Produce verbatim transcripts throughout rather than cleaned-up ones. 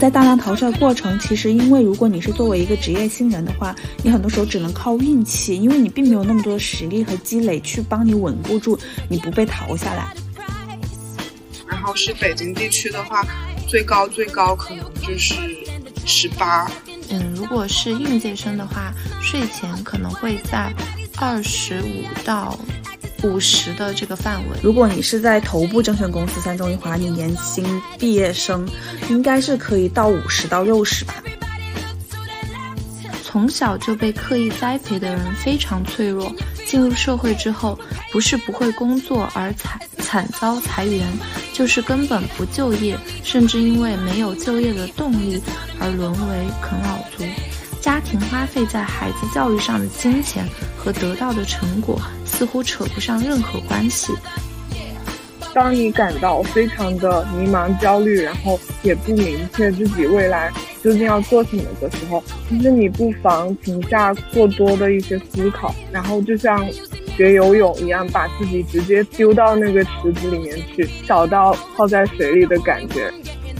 在大浪淘沙的过程，其实因为如果你是作为一个职业新人的话，你很多时候只能靠运气，因为你并没有那么多的实力和积累去帮你稳固住你不被淘下来。 然后是北京地区的话，最高最高可能就是十八。 嗯，如果是应届生的话，税前可能会在二十五到五十的这个范围。 如果你是在头部证券公司三中一华，你年薪毕业生应该是可以到五十到六十吧。 从小就被刻意栽培的人非常脆弱，进入社会之后，不是不会工作而惨惨遭裁员，就是根本不就业，甚至因为没有就业的动力而沦为啃老族。家庭花费在孩子教育上的金钱和得到的成果似乎扯不上任何关系。 当你感到非常的迷茫焦虑，然后也不明确自己未来究竟要做什么的时候，其实你不妨停下过多的一些思考，然后就像学游泳一样，把自己直接丢到那个池子里面去，找到泡在水里的感觉。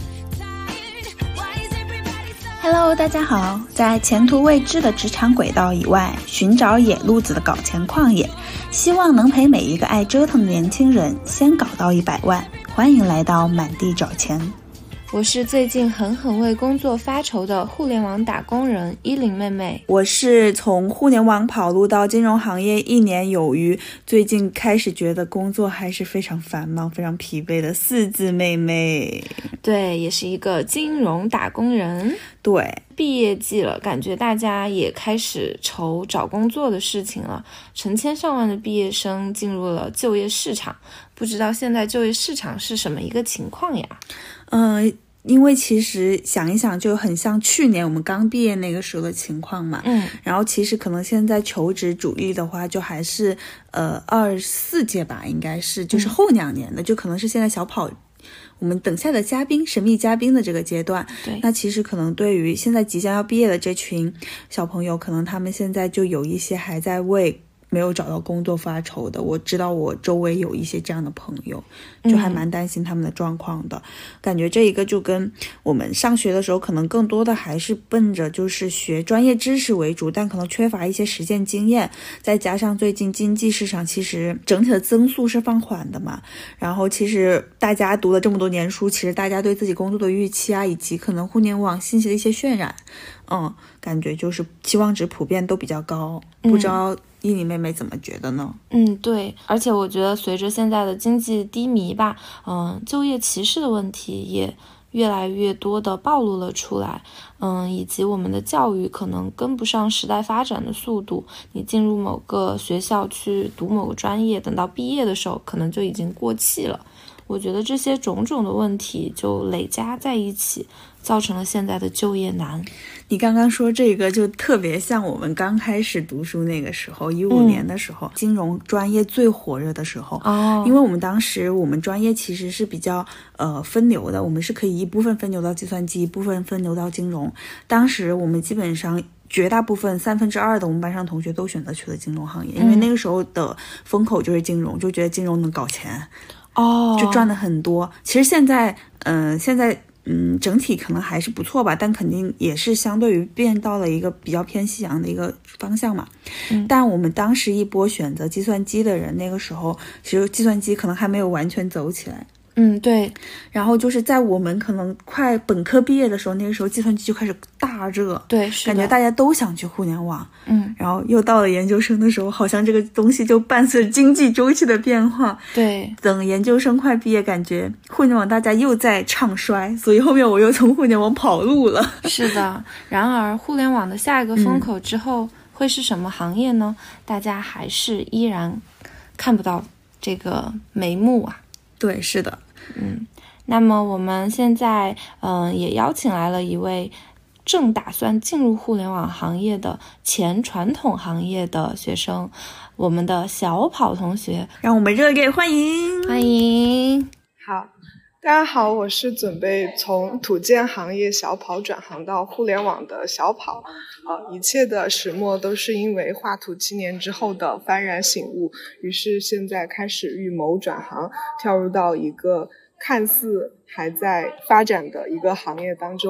Hello， 大家好，在前途未知的职场轨道以外，寻找野路子的搞钱旷野，希望能陪每一个爱折腾的年轻人先搞到一百万。欢迎来到满地找钱。 我是最近狠狠为工作发愁的互联网打工人依林妹妹。 我是从互联网跑路到金融行业一年有余，最近开始觉得工作还是非常繁忙非常疲惫的四字妹妹。 对，也是一个金融打工人。 对， 毕业季了，感觉大家也开始愁找工作的事情了，成千上万的毕业生进入了就业市场，不知道现在就业市场是什么一个情况呀？ 嗯、呃因为其实想一想就很像去年我们刚毕业那个时候的情况嘛， 嗯， 然后其实可能现在求职主力的话就还是呃二四届吧，应该是就是后两年的、嗯、就可能是现在小跑我们等下的嘉宾神秘嘉宾的这个阶段。 对， 那其实可能对于现在即将要毕业的这群小朋友，可能他们现在就有一些还在为没有找到工作发愁的。我知道我周围有一些这样的朋友，就还蛮担心他们的状况的、嗯、感觉这一个就跟我们上学的时候可能更多的还是奔着就是学专业知识为主，但可能缺乏一些实践经验，再加上最近经济市场其实整体的增速是放缓的嘛，然后其实大家读了这么多年书，其实大家对自己工作的预期啊，以及可能互联网信息的一些渲染，嗯，感觉就是期望值普遍都比较高。不知道依林妹妹怎么觉得呢？ 嗯，对，而且我觉得随着现在的经济低迷吧，嗯，就业歧视的问题也越来越多的暴露了出来，嗯，以及我们的教育可能跟不上时代发展的速度，你进入某个学校去读某个专业，等到毕业的时候可能就已经过气了。我觉得这些种种的问题就累加在一起，造成了现在的就业难。 你刚刚说这个就特别像我们刚开始读书那个时候，一五年的时候、嗯、金融专业最火热的时候、哦、因为我们当时我们专业其实是比较呃分流的，我们是可以一部分分流到计算机，一部分分流到金融。当时我们基本上绝大部分三分之二的我们班上同学都选择去了金融行业、嗯、因为那个时候的风口就是金融，就觉得金融能搞钱哦， 就赚的很多。其实现在嗯、呃，现在嗯，整体可能还是不错吧，但肯定也是相对于变到了一个比较偏夕阳的一个方向嘛。嗯，但我们当时一波选择计算机的人，那个时候其实计算机可能还没有完全走起来。 嗯，对。 然后就是在我们可能快本科毕业的时候，那个时候计算机就开始大热， 对，是感觉大家都想去互联网。 嗯， 然后又到了研究生的时候，好像这个东西就伴随经济周期的变化。 对， 等研究生快毕业，感觉互联网大家又在唱衰，所以后面我又从互联网跑路了。 是的，然而互联网的下一个风口之后、嗯、会是什么行业呢？大家还是依然看不到这个眉目啊。 对，是的。 嗯，那么我们现在嗯、呃、也邀请来了一位正打算进入互联网行业的前传统行业的学生，我们的小跑同学， 让我们热烈欢迎欢迎。 好，大家好，我是准备从土建行业小跑转行到互联网的小跑，呃，一切的始末都是因为画图七年之后的幡然醒悟，于是现在开始预谋转行，跳入到一个看似还在发展的一个行业当中。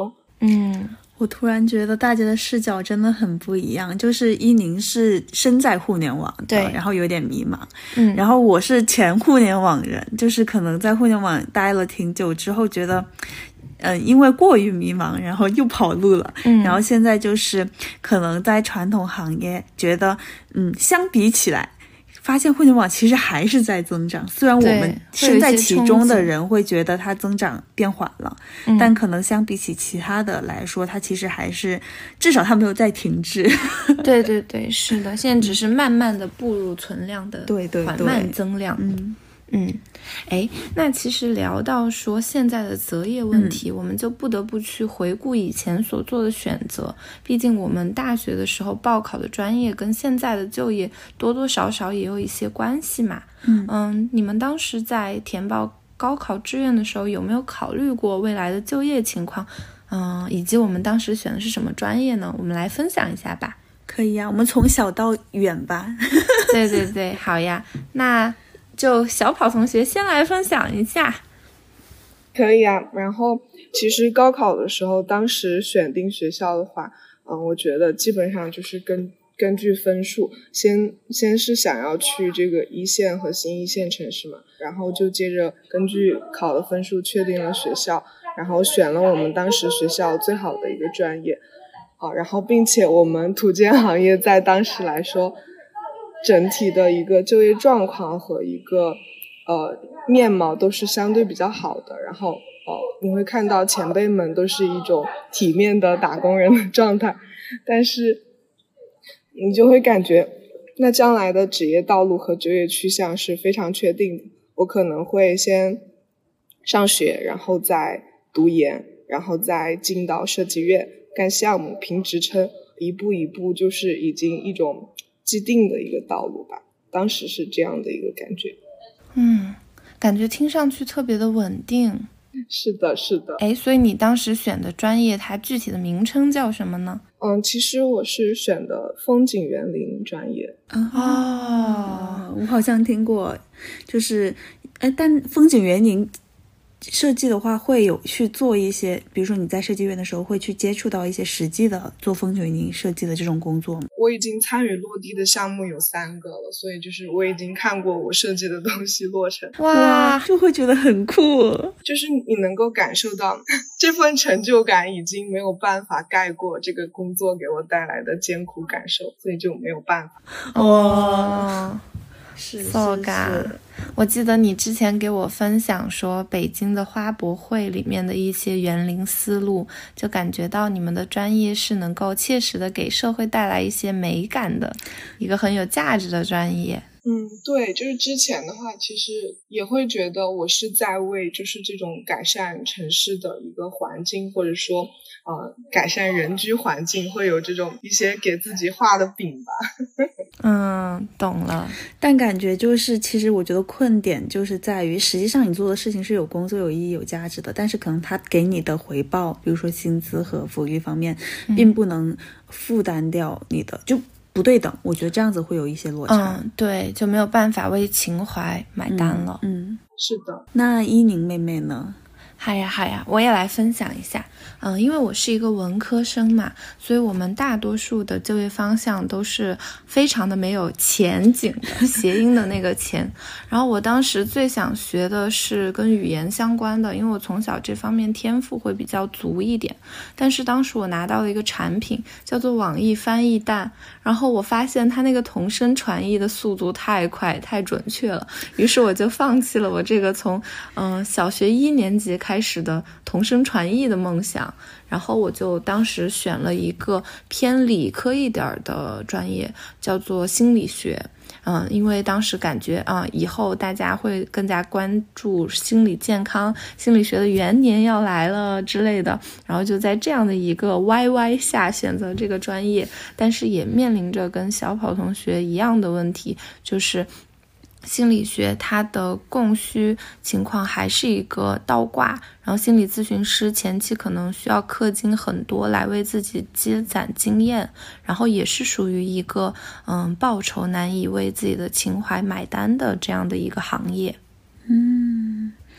嗯， 我突然觉得大家的视角真的很不一样，就是伊宁是身在互联网的， 对， 然后有点迷茫， 嗯， 然后我是前互联网人，就是可能在互联网待了挺久之后觉得呃，因为过于迷茫，然后又跑路了， 嗯， 然后现在就是可能在传统行业觉得嗯，相比起来发现互联网其实还是在增长，虽然我们身在其中的人会觉得它增长变缓了，但可能相比起其他的来说，它其实还是至少它没有在停滞。 对对对，是的，现在只是慢慢的步入存量的对对缓慢增量。 嗯嗯，哎，那其实聊到说现在的择业问题，嗯，我们就不得不去回顾以前所做的选择。毕竟我们大学的时候报考的专业跟现在的就业多多少少也有一些关系嘛。 嗯嗯，你们当时在填报高考志愿的时候，有没有考虑过未来的就业情况？嗯，以及我们当时选的是什么专业呢？我们来分享一下吧。 可以呀，我们从小到远吧。 对对对，好呀，那就小跑同学先来分享一下。 可以啊，然后其实高考的时候，当时选定学校的话，嗯，我觉得基本上就是根根据分数，先先是想要去这个一线和新一线城市嘛，然后就接着根据考的分数确定了学校，然后选了我们当时学校最好的一个专业，好，然后并且我们土建行业在当时来说，整体的一个就业状况和一个呃面貌都是相对比较好的，然后呃你会看到前辈们都是一种体面的打工人的状态，但是你就会感觉那将来的职业道路和就业去向是非常确定的。我可能会先上学，然后再读研，然后再进到设计院干项目评职称，一步一步就是已经一种既定的一个道路吧，当时是这样的一个感觉。 嗯，感觉听上去特别的稳定。 是的是的。 诶，所以你当时选的专业它具体的名称叫什么呢？ 嗯，其实我是选的风景园林专业。 哦，我好像听过，就是哎，但风景园林设计的话会有去做一些，比如说你在设计院的时候会去接触到一些实际的做风景园林设计的这种工作吗？ 我已经参与落地的项目有三个了，所以就是我已经看过我设计的东西落成。 哇， 就会觉得很酷， 就是你能够感受到这份成就感已经没有办法盖过这个工作给我带来的艰苦感受，所以就没有办法。 哦， 是是是。我记得你之前给我分享说北京的花博会里面的一些园林思路，就感觉到你们的专业是能够切实的给社会带来一些美感的一个很有价值的专业。 嗯，对，就是之前的话其实也会觉得我是在为就是这种改善城市的一个环境，或者说呃改善人居环境，会有这种一些给自己画的饼吧。 嗯，懂了。 但感觉就是其实我觉得困点就是在于实际上你做的事情是有工作有意义有价值的，但是可能他给你的回报比如说薪资和福利方面并不能负担掉你的、嗯、就不对等，我觉得这样子会有一些落差。 嗯，对，就没有办法为情怀买单了。 嗯，嗯是的。 那伊宁妹妹呢？ 好呀好呀，我也来分享一下。嗯，因为我是一个文科生嘛，所以我们大多数的就业方向都是非常的没有前景的，谐音的那个前。然后我当时最想学的是跟语言相关的，因为我从小这方面天赋会比较足一点。但是当时我拿到了一个产品叫做网易翻译蛋，然后我发现它那个同声传译的速度太快太准确了，于是我就放弃了我这个从嗯小学一年级开始的同声传译的梦想。然后我就当时选了一个偏理科一点的专业，叫做心理学。嗯，因为当时感觉啊、嗯，以后大家会更加关注心理健康，心理学的元年要来了之类的，然后就在这样的一个 Y Y 下选择这个专业，但是也面临着跟小跑同学一样的问题，就是心理学它的供需情况还是一个倒挂，然后心理咨询师前期可能需要氪金很多来为自己积攒经验，然后也是属于一个嗯报酬难以为自己的情怀买单的这样的一个行业。 嗯，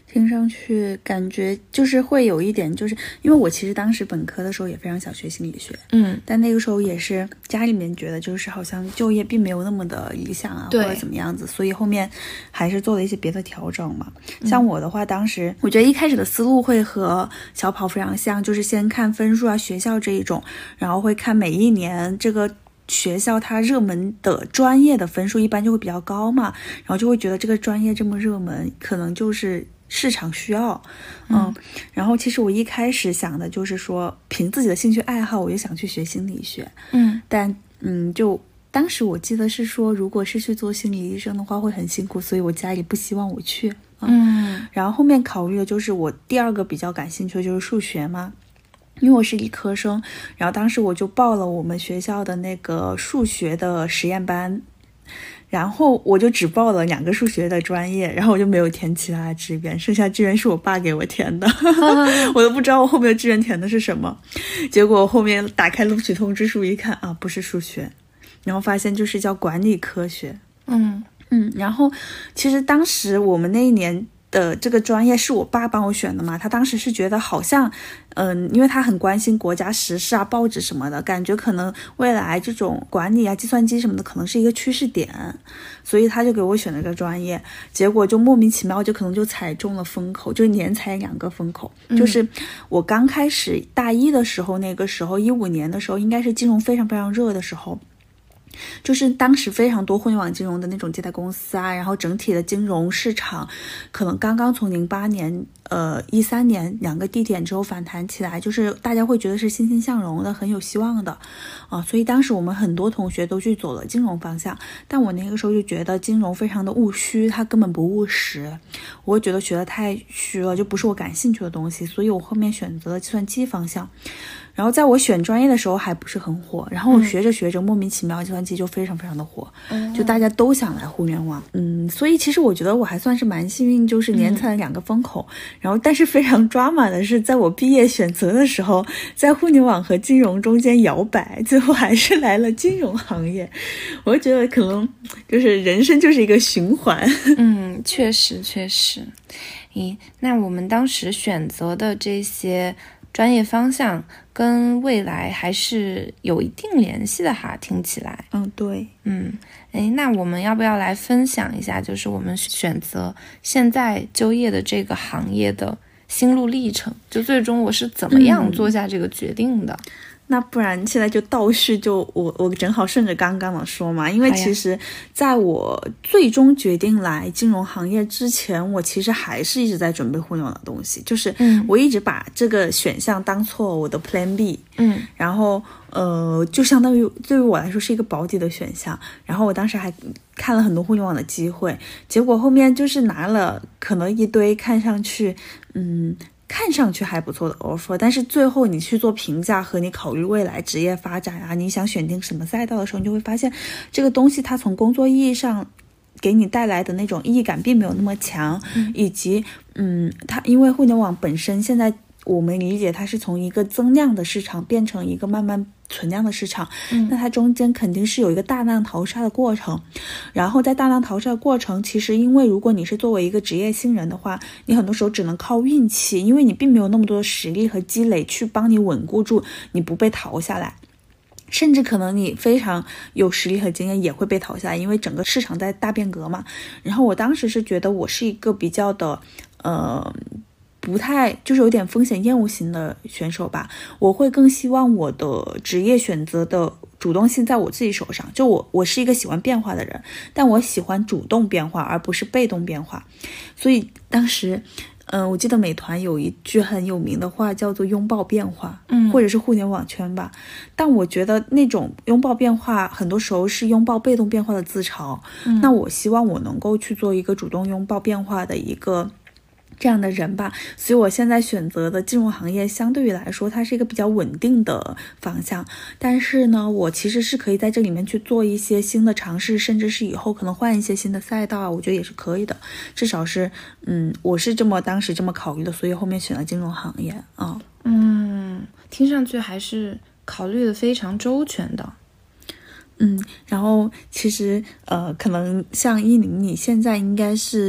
听上去感觉就是会有一点，就是因为我其实当时本科的时候也非常想学心理学， 嗯， 但那个时候也是家里面觉得就是好像就业并没有那么的理想啊，或者怎么样子，所以后面还是做了一些别的调整嘛。像我的话，当时我觉得一开始的思路会和小跑非常像，就是先看分数啊、学校这一种，然后会看每一年这个学校它热门的专业的分数一般就会比较高嘛，然后就会觉得这个专业这么热门，可能就是市场需要，嗯，嗯然后其实我一开始想的就是说，凭自己的兴趣爱好，我就想去学心理学， 嗯， 但嗯，就当时我记得是说，如果是去做心理医生的话，会很辛苦，所以我家里不希望我去， 嗯，嗯然后后面考虑的就是我第二个比较感兴趣的就是数学嘛。因为我是理科生，然后当时我就报了我们学校的那个数学的实验班，然后我就只报了两个数学的专业，然后我就没有填其他的志愿，剩下志愿是我爸给我填的我都不知道我后面的志愿填的是什么。结果后面打开录取通知书一看啊，不是数学，然后发现就是叫管理科学。 嗯嗯，然后其实当时我们那一年的这个专业是我爸帮我选的嘛，他当时是觉得好像嗯，因为他很关心国家时事啊、报纸什么的，感觉可能未来这种管理啊、计算机什么的可能是一个趋势点，所以他就给我选了个专业，结果就莫名其妙就可能就踩中了风口，就连踩两个风口、嗯、就是我刚开始大一的时候，那个时候一五年的时候，应该是金融非常非常热的时候，就是当时非常多互联网金融的那种借贷公司啊，然后整体的金融市场可能刚刚从零八年呃一三年两个低点之后反弹起来，就是大家会觉得是欣欣向荣的，很有希望的啊、呃，所以当时我们很多同学都去走了金融方向，但我那个时候就觉得金融非常的务虚，它根本不务实，我会觉得学的太虚了，就不是我感兴趣的东西，所以我后面选择了计算机方向。然后在我选专业的时候还不是很火，然后我学着学着、嗯、莫名其妙计算机就非常非常的火、嗯、就大家都想来互联网。嗯，所以其实我觉得我还算是蛮幸运，就是连踩了两个风口、嗯、然后但是非常抓马的是，在我毕业选择的时候，在互联网和金融中间摇摆，最后还是来了金融行业。我觉得可能就是人生就是一个循环。 嗯，确实确实。咦，那我们当时选择的这些专业方向跟未来还是有一定联系的哈，听起来。 嗯，对。 嗯，诶，那我们要不要来分享一下，就是我们选择现在就业的这个行业的心路历程，就最终我是怎么样做下这个决定的？嗯， 那不然现在就倒叙，就我我正好顺着刚刚的说嘛，因为其实在我最终决定来金融行业之前，我其实还是一直在准备互联网的东西，就是我一直把这个选项当做我的 Plan B， 嗯， 然后呃就相当于对于我来说是一个保底的选项，然后我当时还看了很多互联网的机会，结果后面就是拿了可能一堆看上去嗯看上去还不错的 offer， 但是最后你去做评价和你考虑未来职业发展啊，你想选定什么赛道的时候，你就会发现这个东西它从工作意义上给你带来的那种意义感并没有那么强，嗯、以及嗯，它因为互联网本身现在我们理解它是从一个增量的市场变成一个慢慢存量的市场，嗯，那它中间肯定是有一个大浪淘沙的过程，然后在大浪淘沙的过程，其实因为如果你是作为一个职业新人的话，你很多时候只能靠运气，因为你并没有那么多的实力和积累去帮你稳固住你不被淘下来，甚至可能你非常有实力和经验也会被淘下来，因为整个市场在大变革嘛。然后我当时是觉得我是一个比较的呃不太就是有点风险厌恶型的选手吧，我会更希望我的职业选择的主动性在我自己手上，就我我是一个喜欢变化的人，但我喜欢主动变化而不是被动变化。所以当时嗯、呃，我记得美团有一句很有名的话叫做拥抱变化，嗯，或者是互联网圈吧，但我觉得那种拥抱变化很多时候是拥抱被动变化的自嘲，嗯，那我希望我能够去做一个主动拥抱变化的一个这样的人吧，所以我现在选择的金融行业相对于来说它是一个比较稳定的方向，但是呢我其实是可以在这里面去做一些新的尝试，甚至是以后可能换一些新的赛道，我觉得也是可以的，至少是嗯我是这么当时这么考虑的，所以后面选了金融行业啊。 嗯，听上去还是考虑的非常周全的。 嗯，然后其实呃可能像依林你现在应该是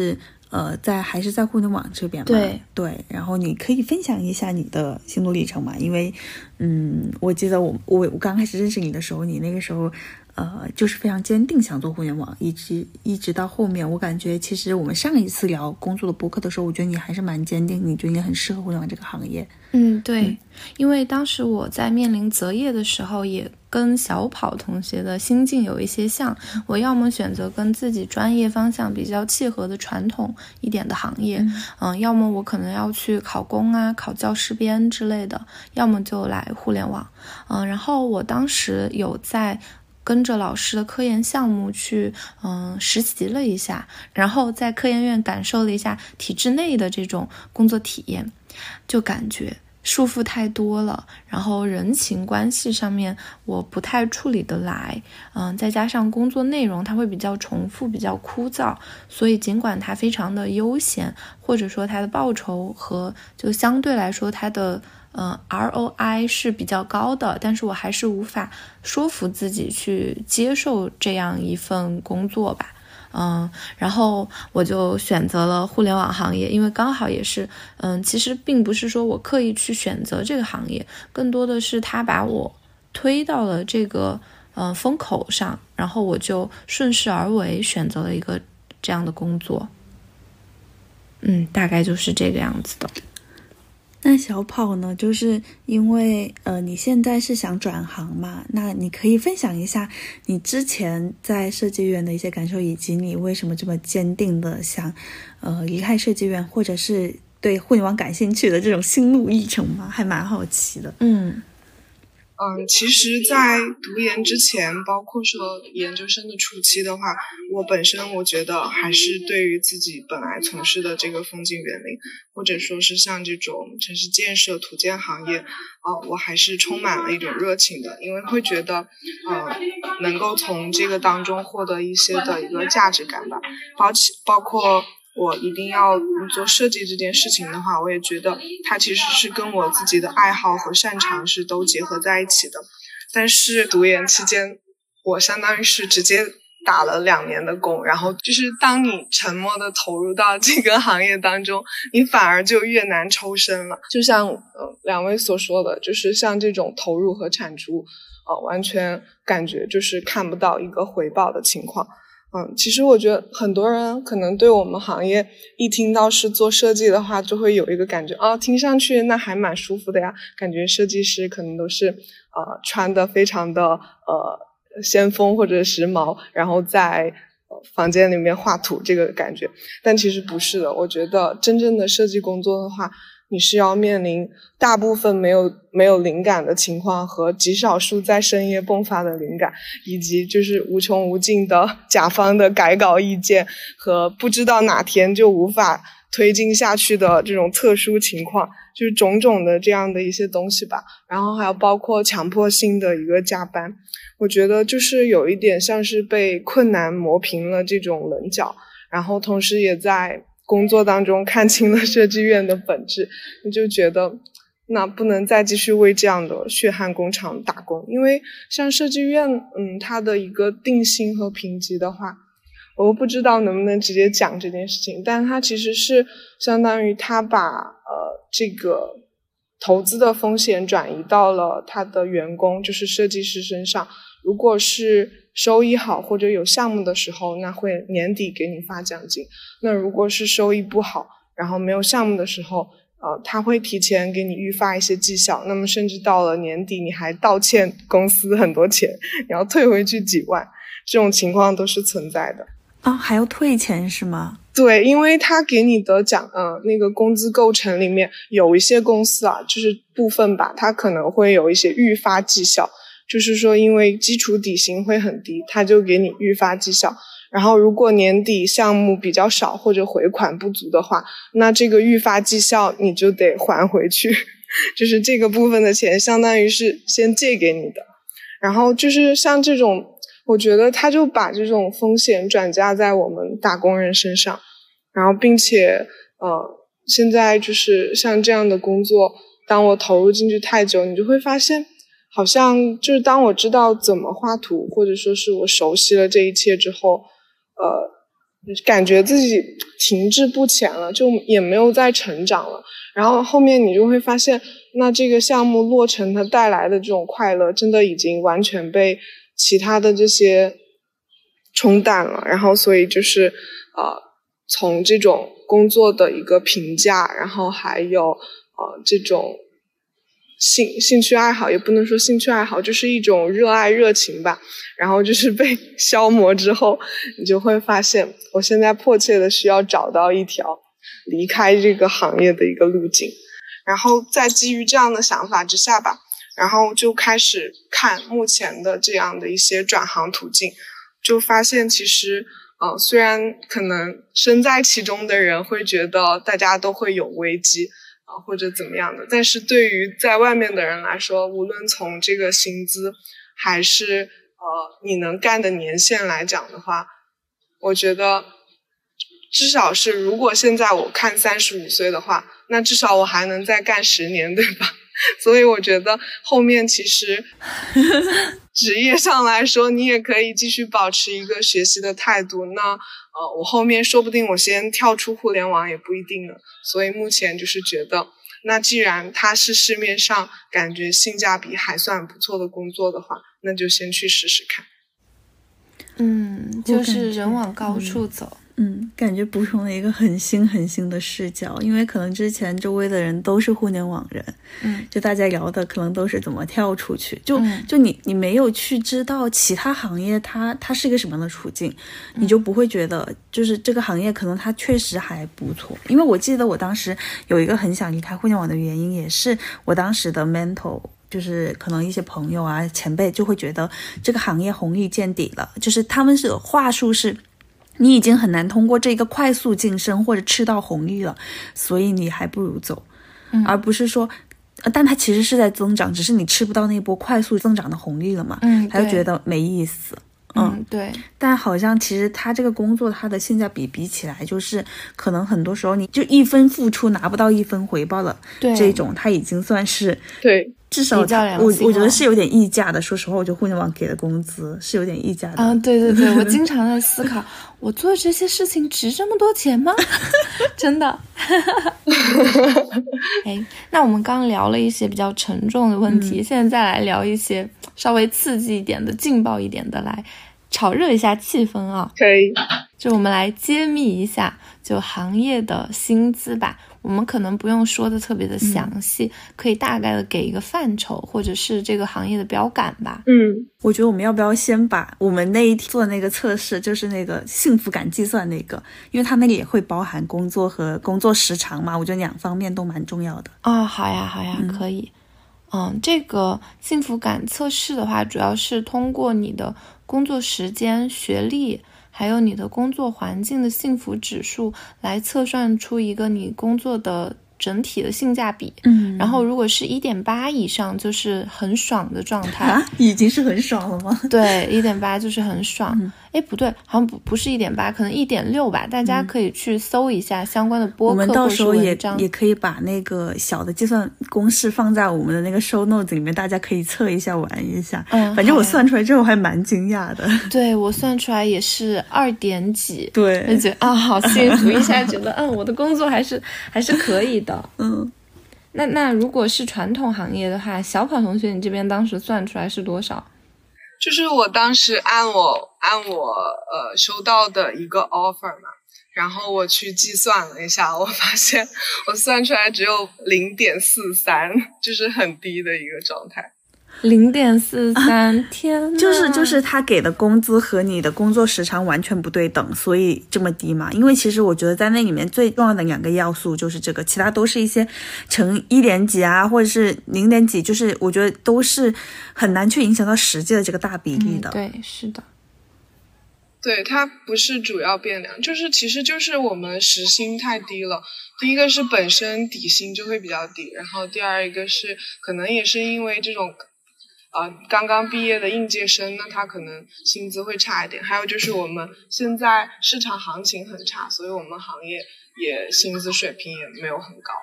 呃，在还是在互联网这边嘛？ 对对，然后你可以分享一下你的心路历程嘛？因为，嗯，我记得我我我刚开始认识你的时候，你那个时候，呃，就是非常坚定想做互联网，一直一直到后面，我感觉其实我们上一次聊工作的播客的时候，我觉得你还是蛮坚定，你觉得你很适合互联网这个行业。 嗯，对， 嗯， 因为当时我在面临择业的时候，也跟小跑同学的心境有一些像，我要么选择跟自己专业方向比较契合的传统一点的行业，嗯、呃，要么我可能要去考公啊，考教师编之类的，要么就来互联网，嗯、呃，然后我当时有在跟着老师的科研项目去嗯、呃、实习了一下，然后在科研院感受了一下体制内的这种工作体验，就感觉束缚太多了，然后人情关系上面我不太处理得来，嗯，再加上工作内容它会比较重复，比较枯燥，所以尽管它非常的悠闲，或者说它的报酬和就相对来说它的呃 R O I 是比较高的，但是我还是无法说服自己去接受这样一份工作吧。嗯，然后我就选择了互联网行业，因为刚好也是，嗯，其实并不是说我刻意去选择这个行业，更多的是他把我推到了这个呃风口上，然后我就顺势而为，选择了一个这样的工作。嗯，大概就是这个样子的。 那小跑呢，就是因为呃你现在是想转行嘛，那你可以分享一下你之前在设计院的一些感受，以及你为什么这么坚定的想呃离开设计院，或者是对互联网感兴趣的这种心路历程吗？还蛮好奇的。 嗯嗯，其实在读研之前，包括说研究生的初期的话，我本身我觉得还是对于自己本来从事的这个风景园林，或者说是像这种城市建设土建行业，呃，我还是充满了一种热情的，因为会觉得呃能够从这个当中获得一些的一个价值感吧，包起包括我一定要做设计这件事情的话，我也觉得它其实是跟我自己的爱好和擅长是都结合在一起的。但是读研期间，我相当于是直接打了两年的工，然后就是当你沉默的投入到这个行业当中，你反而就越难抽身了。就像呃两位所说的，就是像这种投入和产出，呃完全感觉就是看不到一个回报的情况。嗯，其实我觉得很多人可能对我们行业一听到是做设计的话，就会有一个感觉啊，听上去那还蛮舒服的呀，感觉设计师可能都是呃穿的非常的呃先锋或者时髦，然后在呃房间里面画图这个感觉。但其实不是的，我觉得真正的设计工作的话，你是要面临大部分没有没有灵感的情况，和极少数在深夜迸发的灵感，以及就是无穷无尽的甲方的改稿意见和不知道哪天就无法推进下去的这种特殊情况，就是种种的这样的一些东西吧。然后还有包括强迫性的一个加班，我觉得就是有一点像是被困难磨平了这种棱角，然后同时也在工作当中看清了设计院的本质，你就觉得那不能再继续为这样的血汗工厂打工。因为像设计院嗯，它的一个定薪和评级的话，我不知道能不能直接讲这件事情，但它其实是相当于它把呃这个投资的风险转移到了他的员工，就是设计师身上。如果是收益好或者有项目的时候，那会年底给你发奖金。那如果是收益不好，然后没有项目的时候，呃，他会提前给你预发一些绩效。那么甚至到了年底，你还倒欠公司很多钱，你要退回去几万，这种情况都是存在的。 哦，还要退钱是吗？ 对，因为他给你的奖，呃，那个工资构成里面有一些公司啊，就是部分吧，他可能会有一些预发绩效。就是说因为基础底薪会很低，他就给你预发绩效，然后如果年底项目比较少或者回款不足的话，那这个预发绩效你就得还回去，就是这个部分的钱相当于是先借给你的。然后就是像这种，我觉得他就把这种风险转嫁在我们打工人身上，然后并且呃，现在就是像这样的工作，当我投入进去太久，你就会发现好像就是当我知道怎么画图，或者说是我熟悉了这一切之后，呃， 感觉自己停滞不前了，就也没有再成长了。然后后面你就会发现，那这个项目落成它带来的这种快乐真的已经完全被其他的这些冲淡了。然后所以就是呃，从这种工作的一个评价，然后还有呃这种兴兴趣爱好，也不能说兴趣爱好，就是一种热爱热情吧。然后就是被消磨之后，你就会发现我现在迫切的需要找到一条离开这个行业的一个路径。然后在基于这样的想法之下吧，然后就开始看目前的这样的一些转行途径，就发现其实呃，虽然可能身在其中的人会觉得大家都会有危机啊、呃，或者怎么样的，但是对于在外面的人来说，无论从这个薪资还是呃你能干的年限来讲的话，我觉得至少是如果现在我看三十五岁的话，那至少我还能再干十年，对吧？所以我觉得后面其实职业上来说，你也可以继续保持一个学习的态度。那呃，我后面说不定我先跳出互联网也不一定呢。所以目前就是觉得，那既然它是市面上感觉性价比还算不错的工作的话，那就先去试试看。 嗯，就是人往高处走。 嗯，感觉补充了一个很新很新的视角，因为可能之前周围的人都是互联网人， 嗯， 就大家聊的可能都是怎么跳出去，就、 嗯、 就你你没有去知道其他行业它它是一个什么样的处境，你就不会觉得就是这个行业可能它确实还不错。因为我记得我当时有一个很想离开互联网的原因，也是我当时的 mentor。就是可能一些朋友啊前辈就会觉得这个行业红利见底了，就是他们是有话术是你已经很难通过这个快速晋升或者吃到红利了，所以你还不如走、嗯、而不是说但它其实是在增长，只是你吃不到那波快速增长的红利了嘛， 嗯， 他就觉得没意思。 嗯，对。 但好像其实他这个工作它的性价比比起来，就是可能很多时候你就一分付出拿不到一分回报了， 对， 这种它已经算是对， 至少我我觉得是有点溢价的。说实话，我觉得互联网给的工资是有点溢价的。 嗯，对对对，我经常在思考，我做这些事情值这么多钱吗？真的。哎，那我们刚聊了一些比较沉重的问题、嗯、现在再来聊一些稍微刺激一点的、劲爆一点的，来炒热一下气氛啊。 可以， 就我们来揭秘一下就行业的薪资吧。我们可能不用说的特别的详细、嗯、可以大概的给一个范畴或者是这个行业的标杆吧。 嗯， 我觉得我们要不要先把我们那一天做那个测试，就是那个幸福感计算那个，因为它那个也会包含工作和工作时长嘛，我觉得两方面都蛮重要的。 哦，好呀好呀、嗯、可以。嗯，这个幸福感测试的话，主要是通过你的工作时间、学历还有你的工作环境的幸福指数来测算出一个你工作的整体的性价比。 嗯， 然后如果是 一点八 以上就是很爽的状态。 啊，已经是很爽了吗？ 对， 一点八 就是很爽。 嗯， 哎，不对，好像不不是 一点八， 可能 一点六 吧，大家可以去搜一下相关的播客或者文章。 我们到时候也也可以把那个小的计算公式放在我们的那个 show notes 里面，大家可以测一下玩一下。 嗯， 反正我算出来之后还蛮惊讶的。 对，我算出来也是二点几。 对， 就觉得啊，好幸福，一下觉得嗯，我的工作还是还是可以的。 嗯， 那那如果是传统行业的话，小跑同学你这边当时算出来是多少？ 就是我当时按我按我呃收到的一个 offer 嘛，然后我去计算了一下，我发现我算出来只有 零点四三， 就是很低的一个状态。 零点四三，天哪！ 就是就是他给的工资和你的工作时长完全不对等，所以这么低嘛。因为其实我觉得在那里面最重要的两个要素就是这个，其他都是一些乘一点几啊，或者是零点几，就是我觉得都是很难去影响到实际的这个大比例的。 嗯、对，是的。 对，它不是主要变量，就是其实就是我们时薪太低了。第一个是本身底薪就会比较低，然后第二一个是可能也是因为这种呃，刚刚毕业的应届生，那他可能薪资会差一点。还有就是我们现在市场行情很差，所以我们行业也薪资水平也没有很高。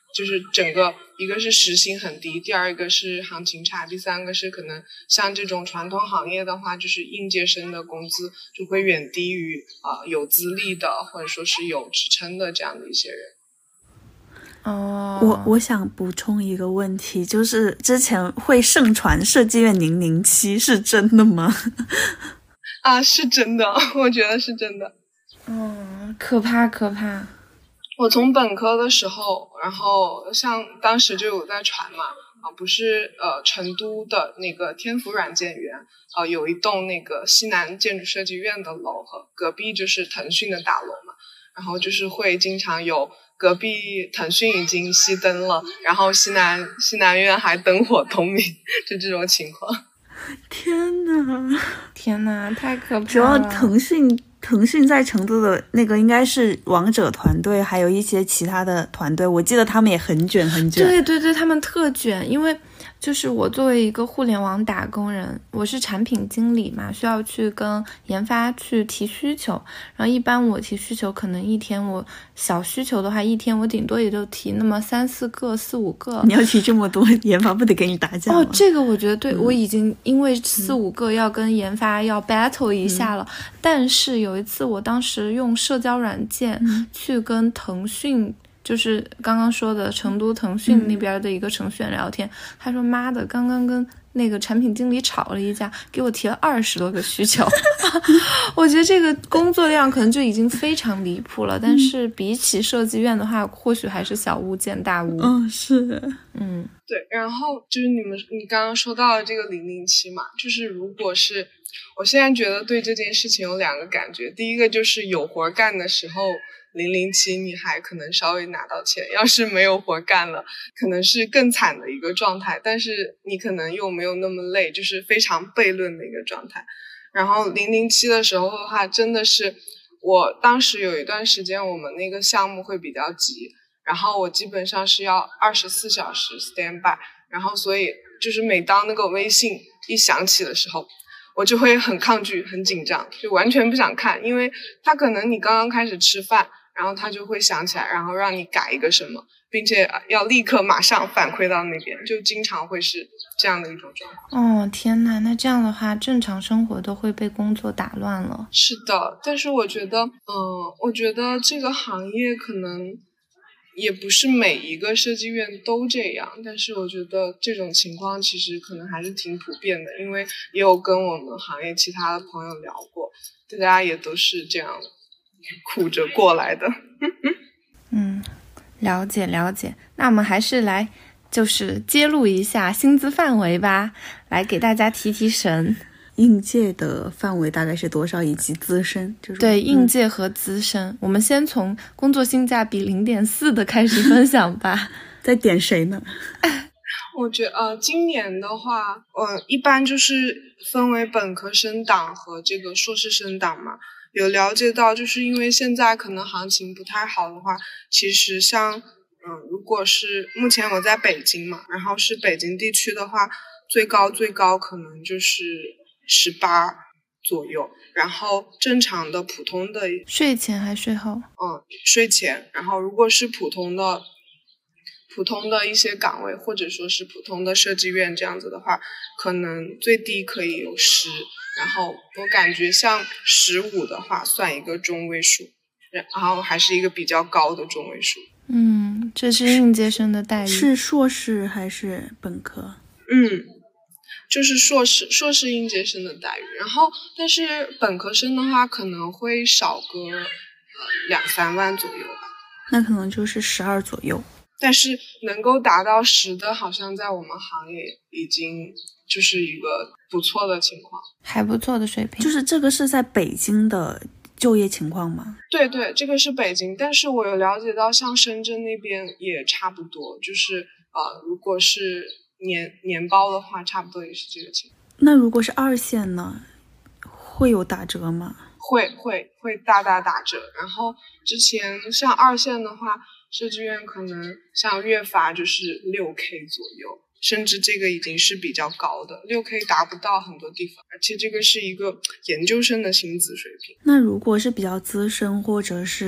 就是整个一个是时薪很低，第二个是行情差，第三个是可能像这种传统行业的话，就是应届生的工资就会远低于呃有资历的或者说是有职称的这样的一些人。 哦， 我我想补充一个问题，就是之前会盛传设计院零零七是真的吗？ 啊，是真的，我觉得是真的。 嗯，可怕可怕。 我从本科的时候，然后像当时就有在传嘛，啊，不是呃成都的那个天府软件园，呃有一栋那个西南建筑设计院的楼和隔壁就是腾讯的大楼嘛，然后就是会经常有隔壁腾讯已经熄灯了，然后西南西南院还灯火通明，就这种情况。 天哪， 天哪，太可怕了！ 主要腾讯腾讯在成都的那个应该是王者团队，还有一些其他的团队，我记得他们也很卷很卷。 对对对，他们特卷，因为就是我作为一个互联网打工人，我是产品经理嘛，需要去跟研发去提需求，然后一般我提需求可能一天我小需求的话，一天我顶多也就提那么三四个四五个。 你要提这么多，研发不得给你打架吗？ 哦，这个我觉得对、嗯、我已经因为四五个要跟研发要 battle 一下了、嗯、但是有一次我当时用社交软件去跟腾讯就是刚刚说的成都腾讯那边的一个程序员聊天、嗯、他说妈的刚刚跟那个产品经理吵了一架，给我提了二十多个需求我觉得这个工作量可能就已经非常离谱了、嗯、但是比起设计院的话或许还是小巫见大巫。 嗯，是嗯， 对，然后就是你们你刚刚说到的这个零零七嘛，就是如果是我现在觉得对这件事情有两个感觉，第一个就是有活干的时候零零七你还可能稍微拿到钱，要是没有活干了可能是更惨的一个状态，但是你可能又没有那么累，就是非常悖论的一个状态。然后零零七的时候的话真的是我当时有一段时间我们那个项目会比较急，然后我基本上是要二十四小时 stand by， 然后所以就是每当那个微信一响起的时候我就会很抗拒很紧张，就完全不想看，因为他可能你刚刚开始吃饭然后他就会想起来然后让你改一个什么，并且要立刻马上反馈到那边，就经常会是这样的一种状况。 哦天哪，那这样的话正常生活都会被工作打乱了。 是的，但是我觉得嗯，我觉得这个行业可能也不是每一个设计院都这样，但是我觉得这种情况其实可能还是挺普遍的，因为也有跟我们行业其他的朋友聊过，大家也都是这样苦着过来的嗯，了解了解。那我们还是来就是揭露一下薪资范围吧，来给大家提提神。 应届的范围大概是多少，以及资深？就是对，应届和资深、嗯、我们先从工作性价比 零点四 的开始分享吧在点谁呢？ 我觉得呃，今年的话呃，一般就是分为本科生档和这个硕士生档嘛。有了解到就是因为现在可能行情不太好的话，其实像嗯，如果是目前我在北京嘛，然后是北京地区的话，最高最高可能就是十八左右，然后正常的普通的税前还税后？ 嗯，税前。然后如果是普通的普通的一些岗位或者说是普通的设计院这样子的话，可能最低可以有十，然后我感觉像十五的话算一个中位数，然后还是一个比较高的中位数。 嗯，这是应届生的待遇。 是硕士还是本科？ 嗯，就是硕士硕士应届生的待遇，然后但是本科生的话可能会少个呃两三万左右吧。 那可能就是十二左右。 但是能够达到十的好像在我们行业已经就是一个不错的情况， 还不错的水平。 就是这个是在北京的就业情况吗？ 对对，这个是北京，但是我有了解到像深圳那边也差不多，就是呃，如果是年年包的话差不多也是这个情况。 那如果是二线呢，会有打折吗？ 会会会大大打折。然后之前像二线的话，设计院可能像月罚就是六 K 左右，甚至这个已经是比较高的， 六 K 达不到很多地方，而且这个是一个研究生的薪资水平。 那如果是比较资深或者是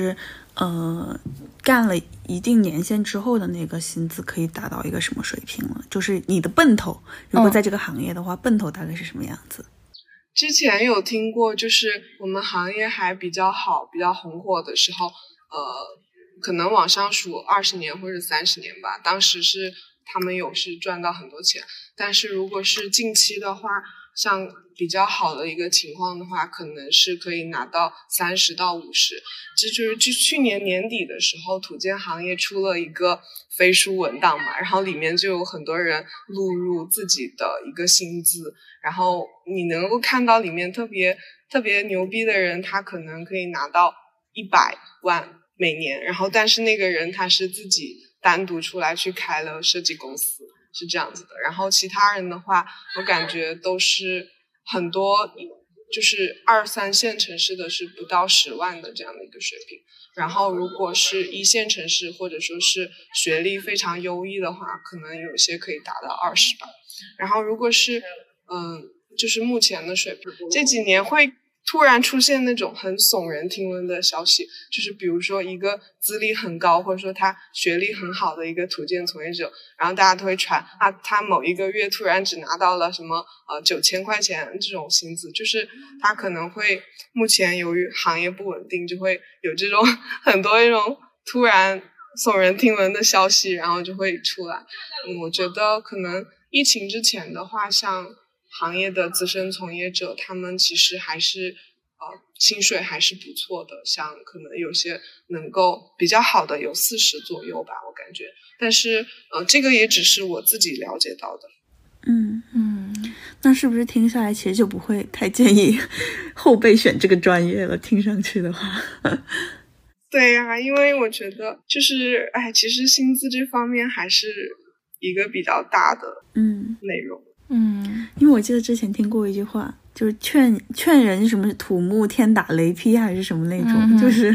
呃，干了一定年限之后的那个薪资可以达到一个什么水平了？就是你的奔头，如果在这个行业的话，嗯、奔头大概是什么样子？ 之前有听过，就是我们行业还比较好、比较红火的时候，呃，可能往上数二十年或者三十年吧。当时是他们有是赚到很多钱，但是如果是近期的话，像比较好的一个情况的话，可能是可以拿到三十到五十。这就是去去年年底的时候，土建行业出了一个飞书文档嘛，然后里面就有很多人录入自己的一个薪资，然后你能够看到里面特别特别牛逼的人，他可能可以拿到一百万每年，然后但是那个人他是自己单独出来去开了设计公司，是这样子的。然后其他人的话，我感觉都是很多就是二三线城市的是不到十万的这样的一个水平，然后如果是一线城市或者说是学历非常优异的话，可能有些可以达到二十吧。然后如果是嗯，就是目前的水平，这几年会突然出现那种很耸人听闻的消息，就是比如说一个资历很高或者说他学历很好的一个土建从业者，然后大家都会传啊，他某一个月突然只拿到了什么呃九千块钱这种薪资，就是他可能会目前由于行业不稳定，就会有这种很多这种突然耸人听闻的消息，然后就会出来。嗯，我觉得可能疫情之前的话，像行业的资深从业者，他们其实还是呃薪水还是不错的，像可能有些能够比较好的有四十左右吧，我感觉。但是呃这个也只是我自己了解到的。 嗯嗯，那是不是听下来其实就不会太建议后辈选这个专业了？听上去的话。 对呀、啊，因为我觉得就是哎，其实薪资这方面还是一个比较大的嗯内容。 嗯， 因为我记得之前听过一句话，就是劝劝人什么土木天打雷劈还是什么那种，嗯、就是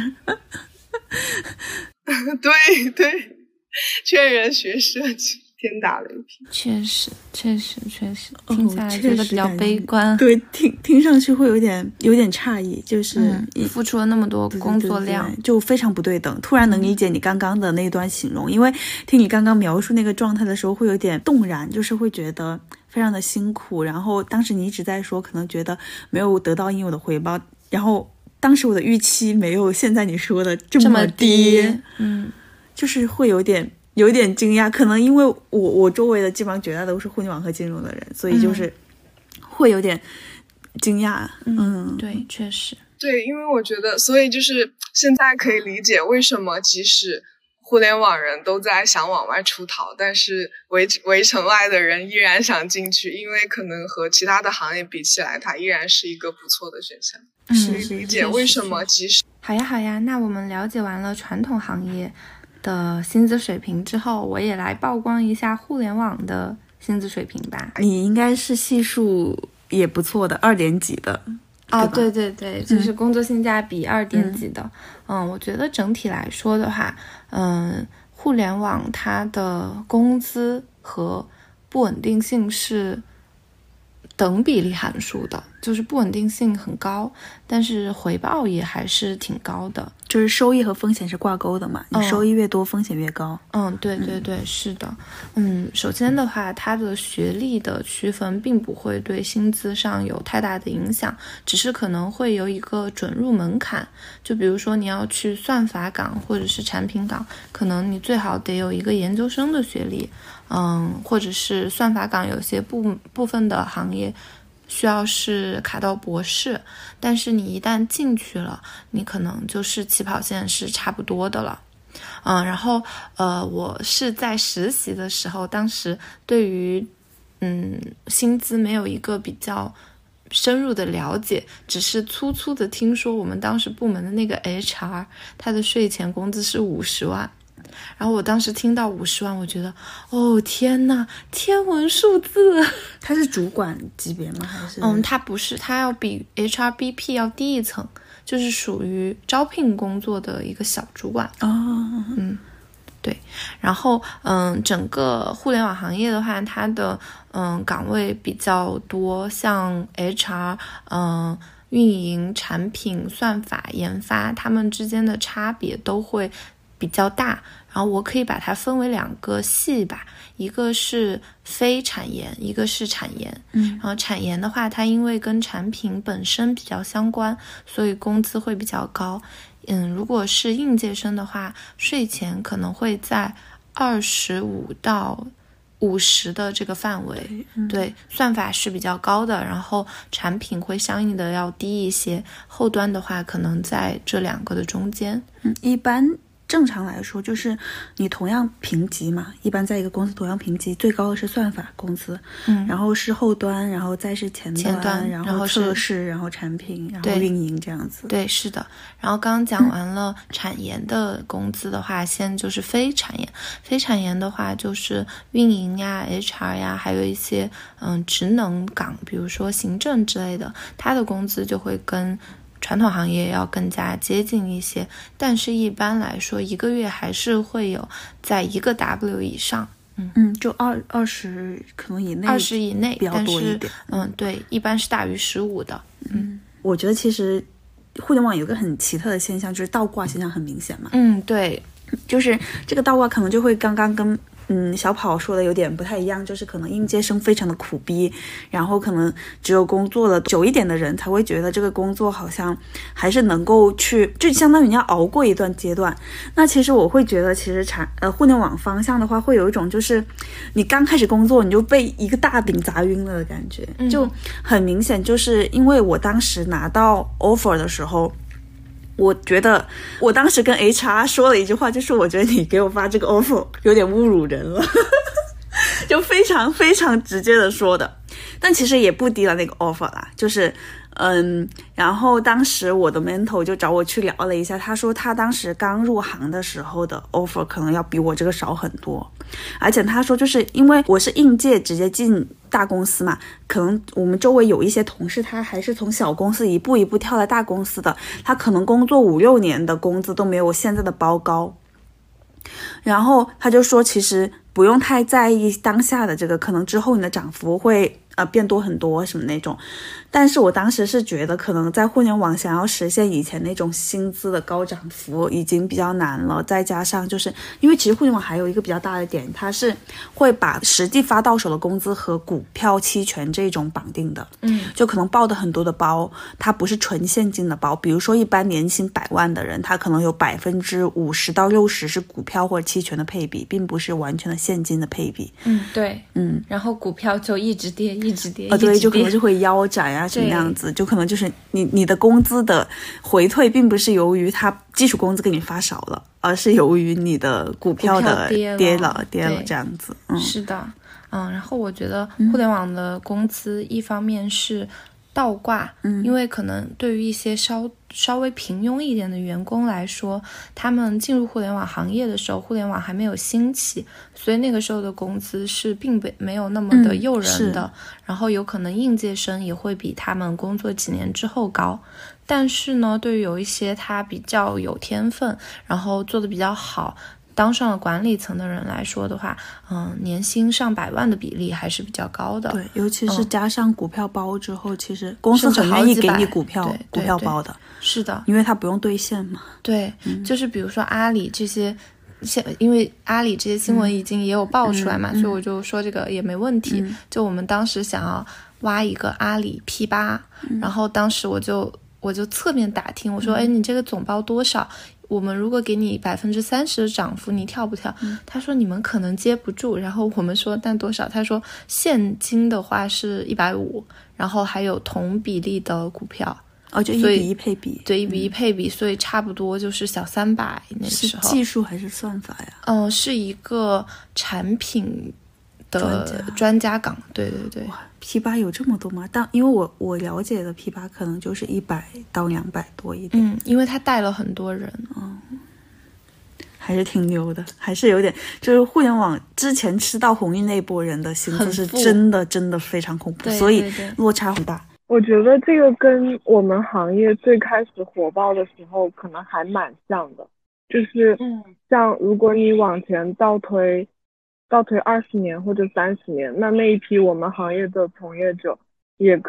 对对，劝人学设计天打雷劈。 确实确实确实听起来觉得比较悲观。 哦、对，听听上去会有点有点诧异，就是、 嗯、付出了那么多工作量， 对对对，就非常不对等。突然能理解你刚刚的那段形容、嗯、因为听你刚刚描述那个状态的时候会有点动然，就是会觉得非常的辛苦，然后当时你一直在说可能觉得没有得到应有的回报，然后当时我的预期没有现在你说的这么低， 这么低嗯， 就是会有点有点惊讶，可能因为我我周围的基本上绝大都是互联网和金融的人，所以就是会有点惊讶。 嗯, 嗯对，确实对，因为我觉得所以就是现在可以理解为什么即使互联网人都在想往外出逃，但是围围城外的人依然想进去，因为可能和其他的行业比起来，它依然是一个不错的选项。 嗯， 可以理解为什么即使好呀好呀，那我们了解完了传统行业的薪资水平之后，我也来曝光一下互联网的薪资水平吧。 你应该是系数也不错的，二点几的。 哦，对对对，就是工作性价比二点几的。嗯, 嗯，我觉得整体来说的话，嗯，互联网它的工资和不稳定性是等比例函数的，就是不稳定性很高，但是回报也还是挺高的， 就是收益和风险是挂钩的嘛，你收益越多、嗯、风险越高。 嗯，对对对、嗯、是的。嗯，首先的话，它的学历的区分并不会对薪资上有太大的影响，只是可能会有一个准入门槛，就比如说你要去算法岗或者是产品岗，可能你最好得有一个研究生的学历。嗯，或者是算法岗有些部部分的行业需要是卡到博士，但是你一旦进去了，你可能就是起跑线是差不多的了。嗯，然后呃，我是在实习的时候，当时对于嗯薪资没有一个比较深入的了解，只是粗粗的听说我们当时部门的那个 H R 他的税前工资是五十万。然后我当时听到五十万，我觉得哦天哪，天文数字。 他是主管级别吗？还是嗯，他不是，他要比 H R B P 要低一层，就是属于招聘工作的一个小主管。 哦， 嗯，对。然后嗯，整个互联网行业的话，它的嗯岗位比较多，像 H R 嗯运营、产品、算法、研发，它们之间的差别都会比较大。然后我可以把它分为两个系吧，一个是非产研，一个是产研。 嗯， 然后产研的话，它因为跟产品本身比较相关，所以工资会比较高。嗯，如果是应届生的话，税前可能会在二十五到五十的这个范围。 嗯、 对，算法是比较高的，然后产品会相应的要低一些，后端的话可能在这两个的中间。 嗯，一般正常来说就是你同样评级嘛，一般在一个公司同样评级，最高的是算法工资， 嗯， 然后是后端，然后再是前端， 前端然后测试，然后产品，然后运营这样子。 对，是的。然后刚刚讲完了产研的工资的话，嗯、先就是非产研。非产研的话就是运营呀、H R 呀，还有一些嗯职能岗，比如说行政之类的，它的工资就会跟传统行业要更加接近一些，但是一般来说一个月还是会有在一个 W 以上。嗯嗯，就二二十可能以内， 二十以内比较多一点。 嗯，对，一般是大于十五的。 嗯，我觉得其实互联网有个很奇特的现象，就是倒挂现象很明显嘛。 嗯，对， 就是这个倒挂可能就会刚刚跟嗯小跑说的有点不太一样，就是可能应届生非常的苦逼，然后可能只有工作了久一点的人才会觉得这个工作好像还是能够去，就相当于你要熬过一段阶段。那其实我会觉得其实产呃互联网方向的话，会有一种就是你刚开始工作你就被一个大饼砸晕了的感觉。 嗯、 就很明显，就是因为我当时拿到 offer 的时候，我觉得我当时跟 H R 说了一句话，就是我觉得你给我发这个 offer 有点侮辱人了就非常非常直接的说的，但其实也不低了那个 offer 啦，就是嗯，然后当时我的 mentor 就找我去聊了一下，他说他当时刚入行的时候的 offer 可能要比我这个少很多，而且他说就是因为我是应届直接进大公司嘛，可能我们周围有一些同事他还是从小公司一步一步跳到大公司的，他可能工作五六年的工资都没有我现在的包高。然后他就说其实不用太在意当下的这个，可能之后你的涨幅会呃变多很多什么那种。但是我当时是觉得可能在互联网想要实现以前那种薪资的高涨幅已经比较难了，再加上就是因为其实互联网还有一个比较大的点，它是会把实际发到手的工资和股票期权这种绑定的。 嗯， 就可能报的很多的包它不是纯现金的包，比如说一般年薪百万的人，他可能有百分之五十到六十是股票或者期权的配比，并不是完全的现金的配比。 嗯，对， 嗯， 然后股票就一直跌一直跌、 呃、对， 一直跌， 就可能就会腰斩啊什么样子，就可能就是你你的工资的回退并不是由于他基础工资给你发少了，而是由于你的股票的跌了跌了跌了这样子。嗯， 是的。嗯，然后我觉得互联网的工资一方面是倒挂， 嗯， 因为可能对于一些稍稍微平庸一点的员工来说，他们进入互联网行业的时候，互联网还没有兴起，所以那个时候的工资是并没有那么的诱人的，嗯，然后有可能应届生也会比他们工作几年之后高。但是呢，对于有一些他比较有天分，然后做得比较好，当上了管理层的人来说的话，嗯，年薪上百万的比例还是比较高的。 对，尤其是加上股票包之后，嗯，其实公司很愿意给你股票股票包的。 是的， 因为它不用兑现嘛。 对， 嗯， 就是比如说阿里这些，因为阿里这些新闻已经也有爆出来嘛， 嗯， 所以我就说这个也没问题。 嗯， 就我们当时想要挖一个阿里 P 八， 嗯， 然后当时我就我就侧面打听，我说，哎，你这个总包多少？我们如果给你百分之三十的涨幅，你跳不跳？ 嗯， 他说你们可能接不住。然后我们说但多少？他说现金的话是一百五，然后还有同比例的股票。 哦，就一比一配比。 对，一比一配比，嗯，所以差不多就是小三百那个时候。 是技术还是算法呀？ 嗯，呃，是一个产品的专家岗。对对对。 哇 P 八有这么多吗？但因为我我了解的 P 八可能就是一百到两百多一点。 嗯，因为他带了很多人。 嗯，还是挺牛的，还是有点就是互联网之前吃到红利那波人的薪资是真的真的非常恐怖，所以落差很大。 我觉得这个跟我们行业最开始火爆的时候可能还蛮像的，就是像如果你往前倒推倒推二十年或者三十年，那那一批我们行业的从业者也可以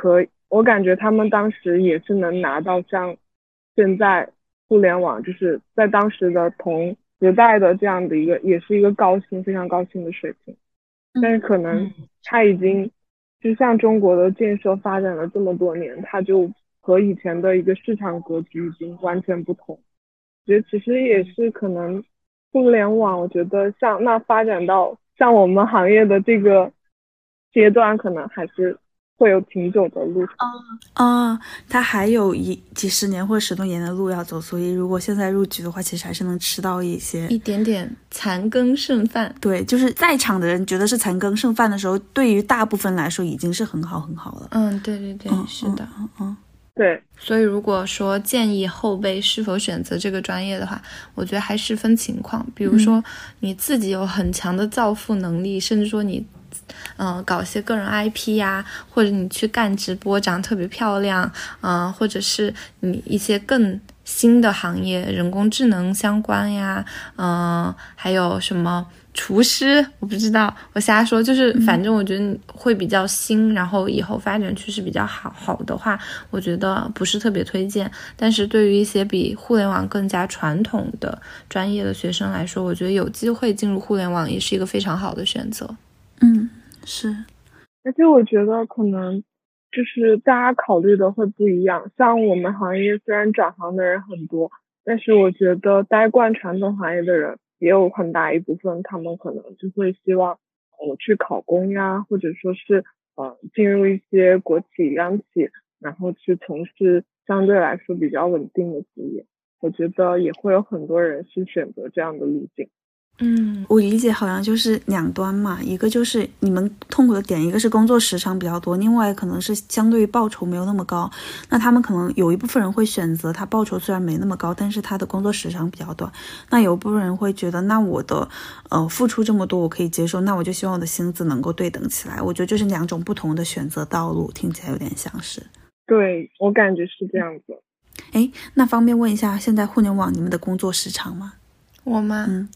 我感觉他们当时也是能拿到像现在互联网就是在当时的同时代的这样的一个，也是一个高薪非常高薪的水平，但是可能他已经就像中国的建设发展了这么多年，他就和以前的一个市场格局已经完全不同。我觉得其实也是可能互联网，我觉得像那发展到像我们行业的这个阶段，可能还是会有挺久的路程。 啊、哦，它还有一几十年或者十多年的路要走，所以如果现在入局的话，其实还是能吃到一些一点点残羹剩饭。 对，就是在场的人觉得是残羹剩饭的时候，对于大部分来说已经是很好很好了。 嗯，对对对， 嗯、 是的， 嗯嗯。嗯对， 所以如果说建议后辈是否选择这个专业的话，我觉得还是分情况。比如说你自己有很强的造富能力，甚至说你嗯、呃，搞一些个人 I P 呀，或者你去干直播长特别漂亮，嗯、呃，或者是你一些更新的行业，人工智能相关呀，嗯、呃，还有什么厨师，我不知道，我瞎说，就是反正我觉得会比较新，嗯、然后以后发展趋势比较好好的话，我觉得不是特别推荐。但是对于一些比互联网更加传统的专业的学生来说，我觉得有机会进入互联网也是一个非常好的选择。 嗯，是。 而且我觉得可能就是大家考虑的会不一样，像我们行业虽然转行的人很多，但是我觉得待惯传统行业的人也有很大一部分，他们可能就会希望我、呃、去考公呀，或者说是呃进入一些国企央企，然后去从事相对来说比较稳定的职业。我觉得也会有很多人是选择这样的路径。 嗯，我理解好像就是两端嘛，一个就是你们痛苦的点，一个是工作时长比较多，另外可能是相对于报酬没有那么高，那他们可能有一部分人会选择他报酬虽然没那么高，但是他的工作时长比较短，那有一部分人会觉得那我的呃付出这么多我可以接受，那我就希望我的薪资能够对等起来。我觉得就是两种不同的选择道路，听起来有点像是。 对，我感觉是这样子。 诶，那方便问一下，现在互联网你们的工作时长吗？ 我吗？ 嗯，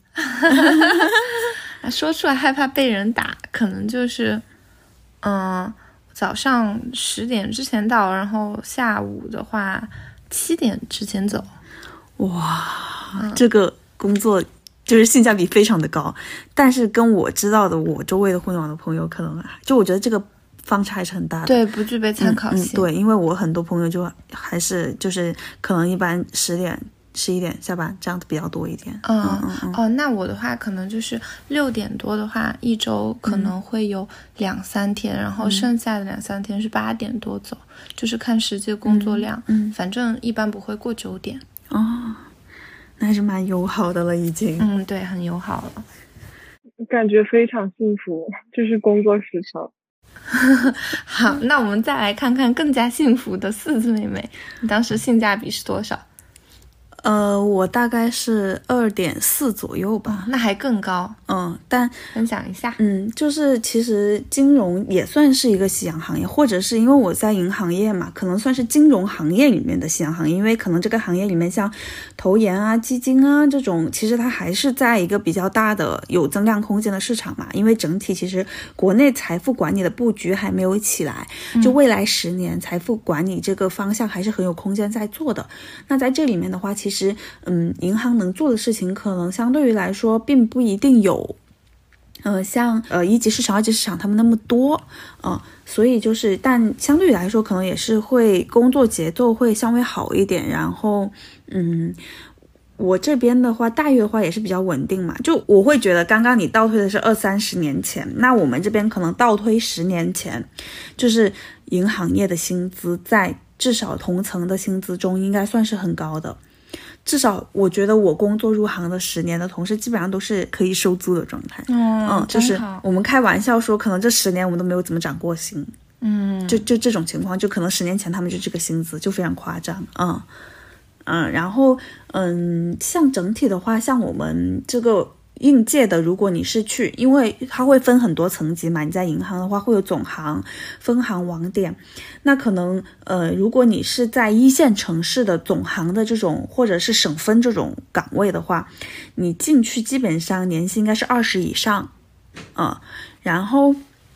说出来害怕被人打，可能就是，嗯、呃，早上十点之前到，然后下午的话七点之前走。 哇， 嗯、 这个工作就是性价比非常的高，但是跟我知道的我周围的互联网的朋友，可能就我觉得这个方差还是很大的。 对，不具备参考性。 嗯嗯、对，因为我很多朋友就还是就是可能一般十点。十一点下班这样子比较多一点。 嗯嗯嗯哦，那我的话可能就是六点多的话，一周可能会有两三天，嗯、然后剩下的两三天是八点多走，嗯、就是看实际工作量。 嗯，嗯反正一般不会过九点。 哦，那还是蛮友好的了，已经。 嗯，对，很友好了。 感觉非常幸福，就是工作时长。 好，那我们再来看看更加幸福的四字妹妹，你当时性价比是多少？ 呃，我大概是二点四左右吧， 那还更高。 嗯，但分享一下。 嗯，就是其实金融也算是一个夕阳行业，或者是因为我在银行业嘛，可能算是金融行业里面的夕阳行业，因为可能这个行业里面像投研啊、基金啊这种，其实它还是在一个比较大的有增量空间的市场嘛，因为整体其实国内财富管理的布局还没有起来，就未来十年财富管理这个方向还是很有空间在做的。那在这里面的话，其实其实，嗯，银行能做的事情可能相对于来说，并不一定有，呃，像呃一级市场、二级市场他们那么多，啊、呃，所以就是，但相对于来说，可能也是会工作节奏会稍微好一点。然后，嗯，我这边的话，待遇的话也是比较稳定嘛。就我会觉得，刚刚你倒推的是二三十年前，那我们这边可能倒推十年前，就是银行业的薪资在至少同层的薪资中应该算是很高的。至少我觉得我工作入行的十年的同事基本上都是可以收租的状态。 嗯嗯，就是我们开玩笑说可能这十年我们都没有怎么涨过薪。 嗯， 就就这种情况，就可能十年前他们就这个薪资就非常夸张。嗯嗯，然后嗯，像整体的话，像我们这个应届的，如果你是去，因为它会分很多层级嘛，你在银行的话会有总行、分行、网点，那可能呃，如果你是在一线城市的总行的这种或者是省分这种岗位的话，你进去基本上年薪应该是二十以上，啊、嗯，然后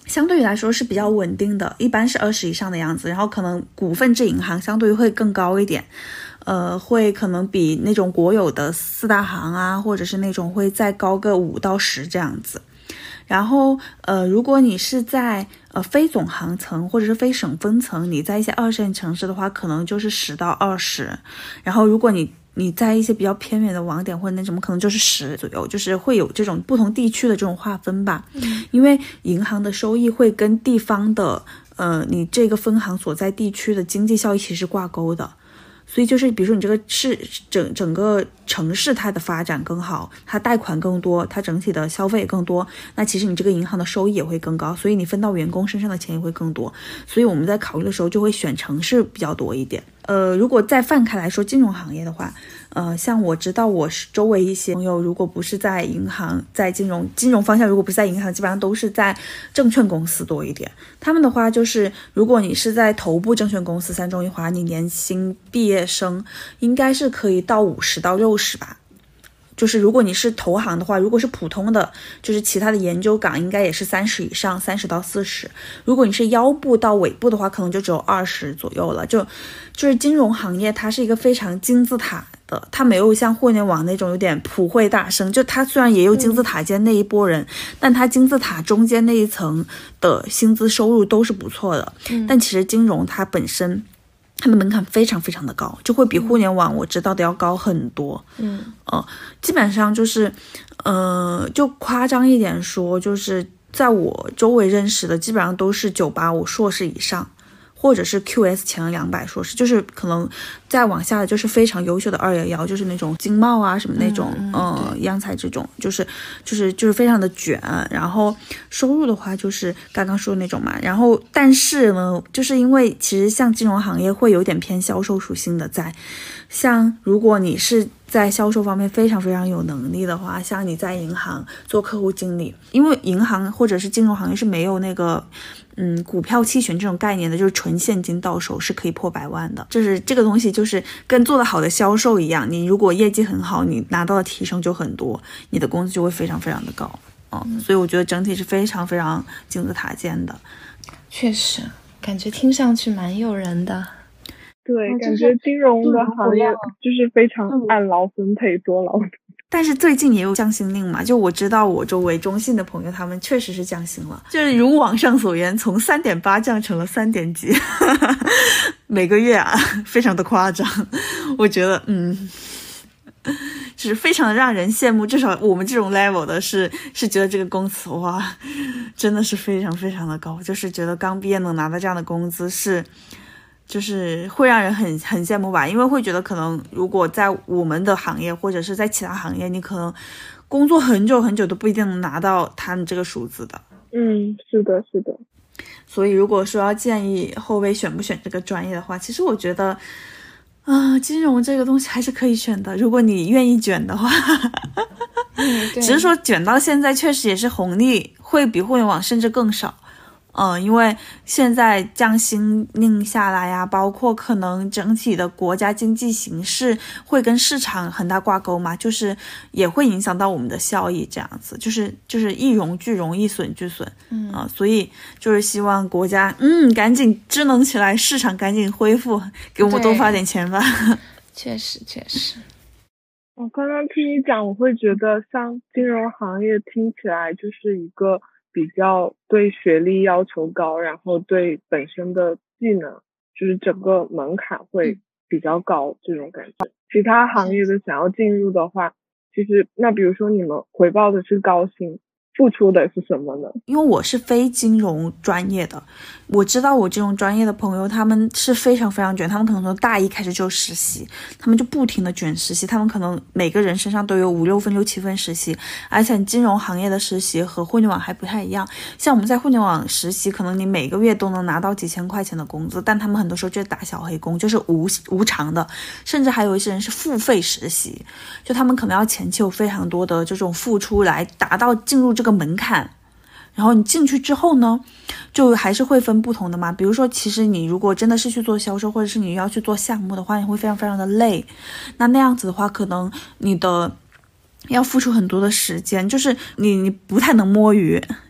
相对于来说是比较稳定的，一般是二十以上的样子，然后可能股份制银行相对于会更高一点，呃，会可能比那种国有的四大行啊，或者是那种会再高个五到十这样子。然后呃，如果你是在呃非总行层或者是非省分层，你在一些二线城市的话，可能就是十到二十。然后如果你你在一些比较偏远的网点或者那什么，可能就是十左右，就是会有这种不同地区的这种划分吧。嗯、因为银行的收益会跟地方的呃你这个分行所在地区的经济效益其实挂钩的。所以就是比如说你这个市整整个城市它的发展更好，它贷款更多，它整体的消费也更多，那其实你这个银行的收益也会更高，所以你分到员工身上的钱也会更多。所以我们在考虑的时候就会选城市比较多一点。呃，如果再泛开来说金融行业的话，呃，像我知道我是周围一些朋友，如果不是在银行，在金融金融方向，如果不是在银行，基本上都是在证券公司多一点。他们的话就是，如果你是在头部证券公司三中一华，你年薪毕业生应该是可以到五十到六十吧。就是如果你是投行的话，如果是普通的，就是其他的研究岗，应该也是三十以上，三十到四十。如果你是腰部到尾部的话，可能就只有二十左右了。就就是金融行业，它是一个非常金字塔的，它没有像互联网那种有点普惠大生。就它虽然也有金字塔尖那一波人，嗯、但它金字塔中间那一层的薪资收入都是不错的。嗯、但其实金融它本身，它的门槛非常非常的高，就会比互联网我知道的要高很多。嗯，呃，基本上就是，呃，就夸张一点说，就是在我周围认识的，基本上都是九八五硕士以上，或者是 Q S 前两百硕士，就是可能再往下的就是非常优秀的二幺幺，就是那种经贸啊什么那种，嗯，呃，央财这种，就是就是就是非常的卷。然后收入的话，就是刚刚说的那种嘛。然后但是呢，就是因为其实像金融行业会有点偏销售属性的在，像如果你是在销售方面非常非常有能力的话，像你在银行做客户经理，因为银行或者是金融行业是没有那个嗯股票期权这种概念的，就是纯现金到手是可以破百万的。就是这个东西就是跟做得好的销售一样，你如果业绩很好，你拿到的提成就很多，你的工资就会非常非常的高。嗯，所以我觉得整体是非常非常金字塔尖的。 确实，感觉听上去蛮诱人的。 对，感觉金融的行业就是非常按劳分配多劳。 但是最近也有降薪令嘛，就我知道我周围中信的朋友他们确实是降薪了，就是如网上所言，从 三点八 降成了三点几每个月啊，非常的夸张。我觉得嗯就是非常的让人羡慕，至少我们这种 level 的是是觉得这个工资哇真的是非常非常的高，就是觉得刚毕业能拿到这样的工资是就是会让人很很羡慕吧。因为会觉得可能如果在我们的行业或者是在其他行业，你可能工作很久很久都不一定能拿到他们这个数字的。 嗯，是的是的。 所以如果说要建议后卫选不选这个专业的话，其实我觉得啊、呃，金融这个东西还是可以选的，如果你愿意卷的话嗯、 只是说卷到现在确实也是红利会比互联网甚至更少。嗯，因为现在降薪令下来呀、啊，包括可能整体的国家经济形势会跟市场很大挂钩嘛，就是也会影响到我们的效益，这样子，就是就是一荣俱荣，一损俱损。嗯啊、呃，所以就是希望国家嗯赶紧智能起来，市场赶紧恢复，给我们多发点钱吧。 确实确实。 我刚刚听你讲，我会觉得像金融行业听起来就是一个比较对学历要求高，然后对本身的技能就是整个门槛会比较高这种感觉。其他行业的想要进入的话，其实那比如说你们回报的是高薪，付出的是什么呢？ 因为我是非金融专业的，我知道我这种专业的朋友他们是非常非常卷，他们可能从大一开始就实习，他们就不停的卷实习，他们可能每个人身上都有五六份六七份实习，而且金融行业的实习和互联网还不太一样，像我们在互联网实习可能你每个月都能拿到几千块钱的工资，但他们很多时候就是打小黑工，就是无无偿的，甚至还有一些人是付费实习，就他们可能要前期有非常多的这种付出来达到进入这个门槛，然后你进去之后呢，就还是会分不同的嘛。比如说，其实你如果真的是去做销售，或者是你要去做项目的话，你会非常非常的累。那那样子的话，可能你的要付出很多的时间，就是你你不太能摸鱼，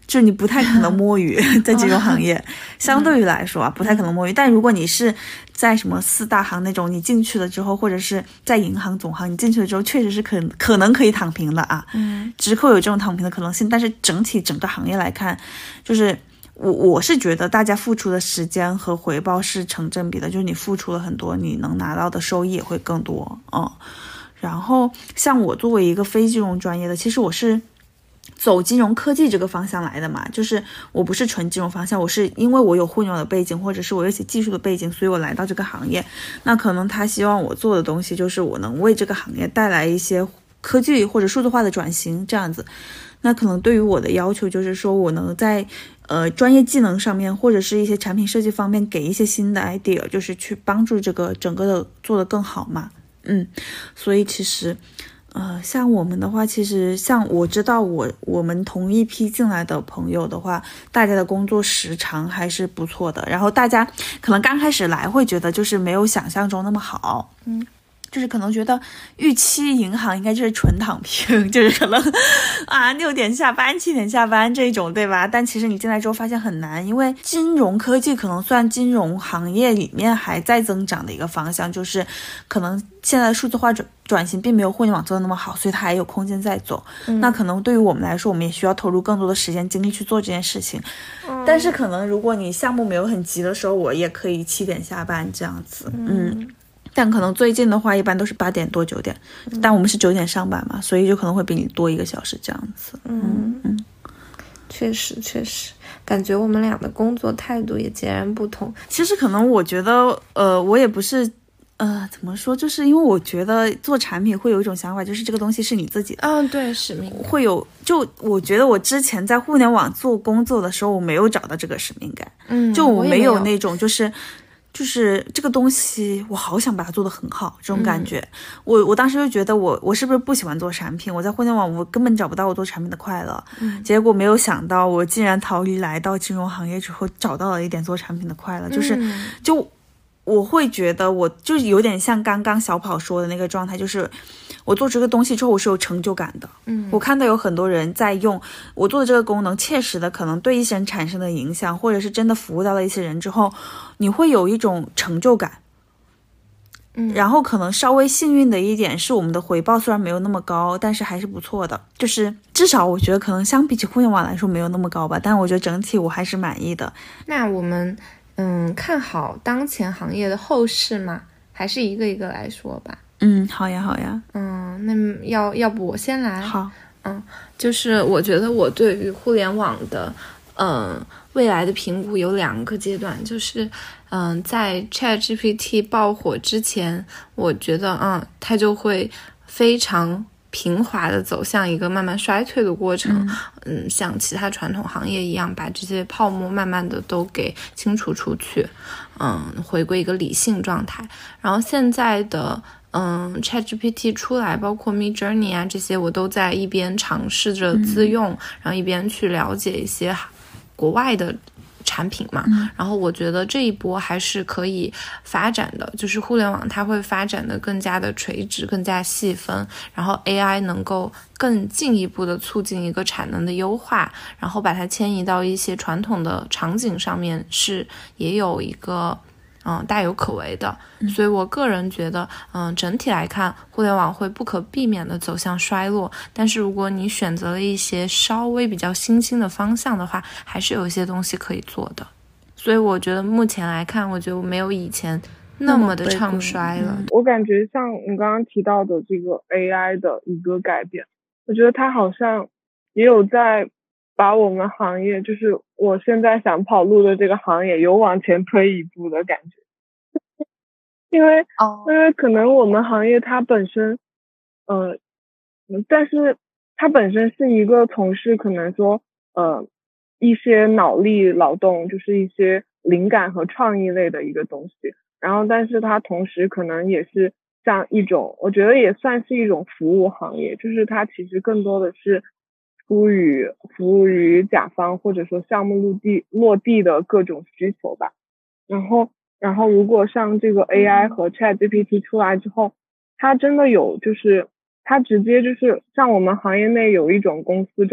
就是你不太可能摸鱼在金融行业相对于来说啊不太可能摸鱼，但如果你是在什么四大行那种，你进去了之后，或者是在银行总行你进去了之后，确实是可可能可以躺平的啊， 嗯， 直扣有这种躺平的可能性，但是整体整个行业来看，就是我我是觉得大家付出的时间和回报是成正比的，就是你付出了很多，你能拿到的收益也会更多，嗯。然后像我作为一个非金融专业的，其实我是走金融科技这个方向来的嘛，就是我不是纯金融方向，我是因为我有互联网的背景，或者是我有一些技术的背景，所以我来到这个行业。那可能他希望我做的东西就是我能为这个行业带来一些科技或者数字化的转型这样子。那可能对于我的要求就是说我能在呃专业技能上面或者是一些产品设计方面给一些新的 idea， 就是去帮助这个整个的做得更好嘛。嗯，所以其实呃，像我们的话，其实像我知道我我们同一批进来的朋友的话，大家的工作时长还是不错的。然后大家可能刚开始来会觉得就是没有想象中那么好，嗯，就是可能觉得预期银行应该就是纯躺平，就是可能啊六点下班七点下班这种，对吧？但其实你进来之后发现很难，因为金融科技可能算金融行业里面还在增长的一个方向，就是可能现在数字化转转型并没有互联网做的那么好，所以它还有空间在走、嗯、那可能对于我们来说，我们也需要投入更多的时间精力去做这件事情、嗯、但是可能如果你项目没有很急的时候，我也可以七点下班这样子。 嗯, 嗯但可能最近的话一般都是八点多九点、嗯、但我们是九点上班嘛，所以就可能会比你多一个小时这样子。 嗯嗯，确实确实感觉我们俩的工作态度也截然不同。 其实可能我觉得呃，我也不是呃，怎么说，就是因为我觉得做产品会有一种想法，就是这个东西是你自己的。 嗯，对，使命会有，就我觉得我之前在互联网做工作的时候，我没有找到这个使命感。 嗯， 就我没有那种就是就是这个东西我好想把它做得很好这种感觉、嗯、我我当时就觉得我我是不是不喜欢做产品，我在互联网我根本找不到我做产品的快乐、嗯、结果没有想到我竟然逃离来到金融行业之后找到了一点做产品的快乐、嗯、就是就我会觉得我就有点像刚刚小跑说的那个状态，就是我做这个东西之后我是有成就感的。嗯，我看到有很多人在用我做的这个功能，切实的可能对一些人产生的影响，或者是真的服务到了一些人之后，你会有一种成就感。嗯，然后可能稍微幸运的一点是我们的回报虽然没有那么高，但是还是不错的，就是至少我觉得可能相比起互联网来说没有那么高吧，但我觉得整体我还是满意的。 那我们嗯，看好当前行业的后市吗？还是一个一个来说吧。 嗯，好呀，好呀。 嗯，那要要不我先来。 好。 嗯，就是我觉得我对于互联网的嗯未来的评估有两个阶段，就是嗯在 ChatGPT 爆火之前，我觉得嗯它就会非常平滑的走向一个慢慢衰退的过程。嗯, 嗯像其他传统行业一样，把这些泡沫慢慢的都给清除出去，嗯回归一个理性状态。然后现在的嗯 ChatGPT 出来，包括 Midjourney 啊这些，我都在一边尝试着自用、嗯、然后一边去了解一些国外的产品嘛、嗯、然后我觉得这一波还是可以发展的，就是互联网它会发展的更加的垂直更加细分，然后 A I 能够更进一步的促进一个产能的优化，然后把它迁移到一些传统的场景上面，是也有一个嗯大有可为的。所以我个人觉得嗯整体来看互联网会不可避免的走向衰落，但是如果你选择了一些稍微比较新兴的方向的话，还是有一些东西可以做的。所以我觉得目前来看，我觉得没有以前那么的唱衰了、嗯、 我感觉像你刚刚提到的这个 A I 的一个改变，我觉得它好像也有在把我们行业，就是我现在想跑路的这个行业有往前推一步的感觉。因为、oh. 因为可能我们行业它本身呃但是它本身是一个从事可能说呃一些脑力劳动，就是一些灵感和创意类的一个东西，然后但是它同时可能也是像一种，我觉得也算是一种服务行业，就是它其实更多的是服务于服务于甲方或者说项目落地落地的各种需求吧。然后然后如果像这个 A I 和 ChatGPT 出来之后，它真的有就是它直接就是像我们行业内有一种公司叫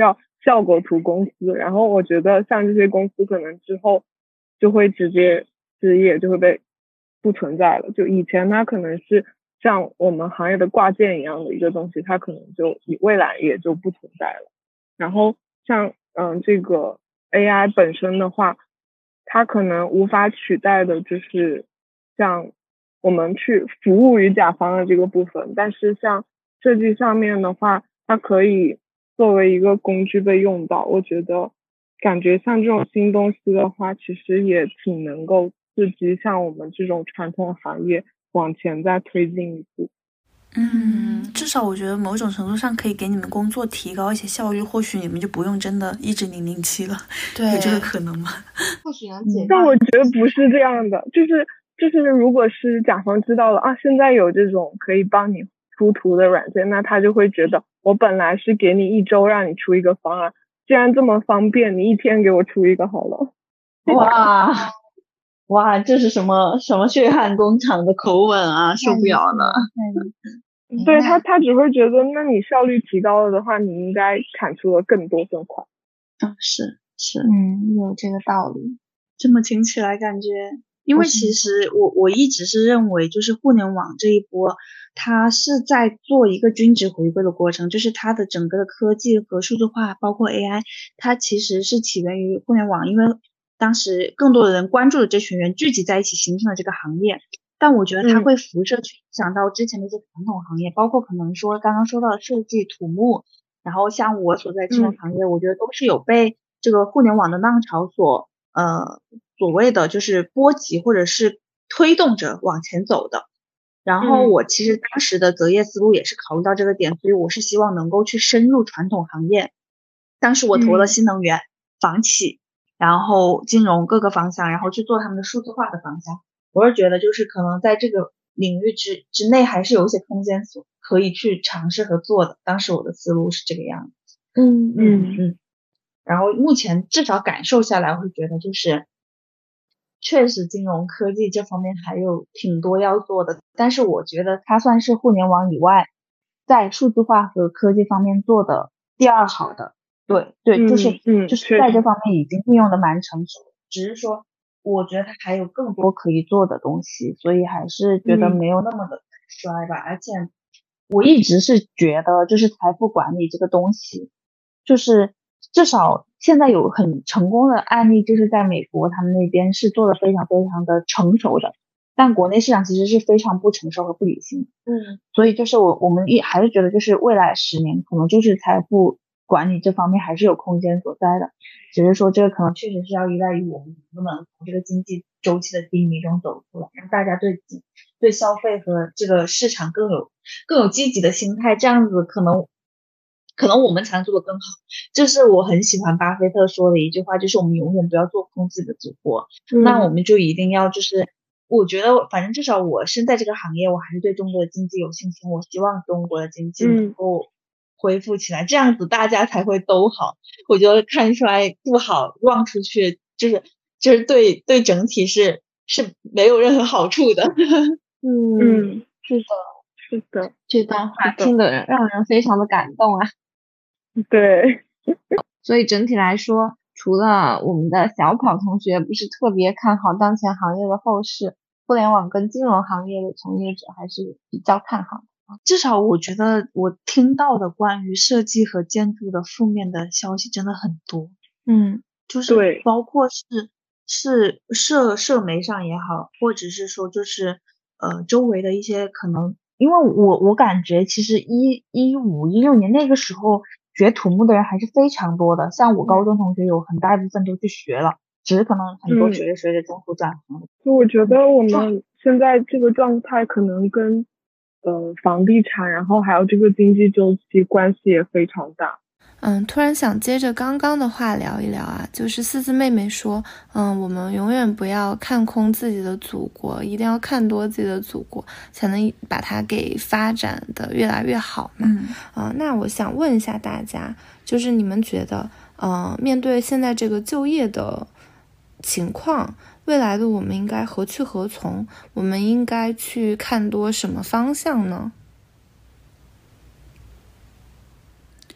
效果图公司，然后我觉得像这些公司可能之后就会直接失业，就会被不存在了。就以前它可能是像我们行业的挂件一样的一个东西，它可能就未来也就不存在了。然后像嗯这个 A I 本身的话，它可能无法取代的就是像我们去服务于甲方的这个部分，但是像设计上面的话，它可以作为一个工具被用到。我觉得感觉像这种新东西的话，其实也挺能够刺激像我们这种传统行业往前再推进一步。 嗯，至少我觉得某种程度上可以给你们工作提高一些效率，或许你们就不用真的一直零零七了。 对， 有这个可能吗？ 或许能解。 但我觉得不是这样的，就是就是如果是甲方知道了啊，现在有这种可以帮你出图的软件，那他就会觉得我本来是给你一周让你出一个方案，既然这么方便，你一天给我出一个好了。 哇哇，这是什么什么血汗工厂的口吻啊，受不了了。 对他，他只会觉得，那你效率提高了的话，你应该产出的更多更快。 嗯，是是， 嗯，有这个道理。 这么听起来感觉，因为其实我我一直是认为，就是互联网这一波，它是在做一个均值回归的过程，就是它的整个的科技和数字化，包括 A I， 它其实是起源于互联网，因为当时更多的人关注的这群人聚集在一起形成了这个行业。但我觉得它会辐射去影响到之前的一些传统行业，嗯、包括可能说刚刚说到的设计、土木，然后像我所在这种行业，嗯、我觉得都是有被这个互联网的浪潮所呃所谓的就是波及或者是推动着往前走的。然后我其实当时的择业思路也是考虑到这个点，所以我是希望能够去深入传统行业。当时我投了新能源、嗯、房企，然后金融各个方向，然后去做他们的数字化的方向。我是觉得就是可能在这个领域之之内还是有一些空间所可以去尝试和做的，当时我的思路是这个样子。 嗯嗯嗯。然后目前至少感受下来，我会觉得就是确实金融科技这方面还有挺多要做的，但是我觉得它算是互联网以外在数字化和科技方面做的第二好的。对对， 嗯、 就是嗯就是在这方面已经应用的蛮成熟，只是说我觉得它还有更多可以做的东西，所以还是觉得没有那么的衰吧。嗯、而且我一直是觉得，就是财富管理这个东西，就是至少现在有很成功的案例，就是在美国他们那边是做的非常非常的成熟的，但国内市场其实是非常不成熟和不理性。嗯，所以就是我我们也还是觉得，就是未来十年可能就是财富管理这方面还是有空间所在的，只是说这个可能确实是要依赖于我们能不能从这个经济周期的低迷中走出来，让大家对对消费和这个市场更有更有积极的心态，这样子可能可能我们才能做得更好。这是我很喜欢巴菲特说的一句话，就是我们永远不要做空自己的祖国。嗯、那我们就一定要就是我觉得反正至少我身在这个行业，我还是对中国的经济有信心，我希望中国的经济能够恢复起来，嗯、这样子大家才会都好。我觉得看出来不好望出去，就是就是对对整体是是没有任何好处的。 嗯嗯， 是的， 是的， 这段话听得让人非常的感动啊。 对， 所以整体来说，除了我们的小跑同学不是特别看好当前行业的后市，互联网跟金融行业的从业者还是比较看好的。 至少我觉得我听到的关于设计和建筑的负面的消息真的很多。 嗯， 就是包括是是社社媒上也好，或者是说就是呃周围的一些可能，因为我我感觉其实一一五一六年那个时候学土木的人还是非常多的，像我高中同学有很大一部分都去学了，只是可能很多学着学着中途转行。 就、嗯、我觉得我们现在这个状态可能跟呃房地产，然后还有这个经济周期关系也非常大。 嗯，突然想接着刚刚的话聊一聊啊，就是四字妹妹说，嗯，我们永远不要看空自己的祖国，一定要看多自己的祖国，才能把它给发展的越来越好嘛。嗯，呃，那我想问一下大家，就是你们觉得，呃，面对现在这个就业的情况，未来的我们应该何去何从？我们应该去看多什么方向呢？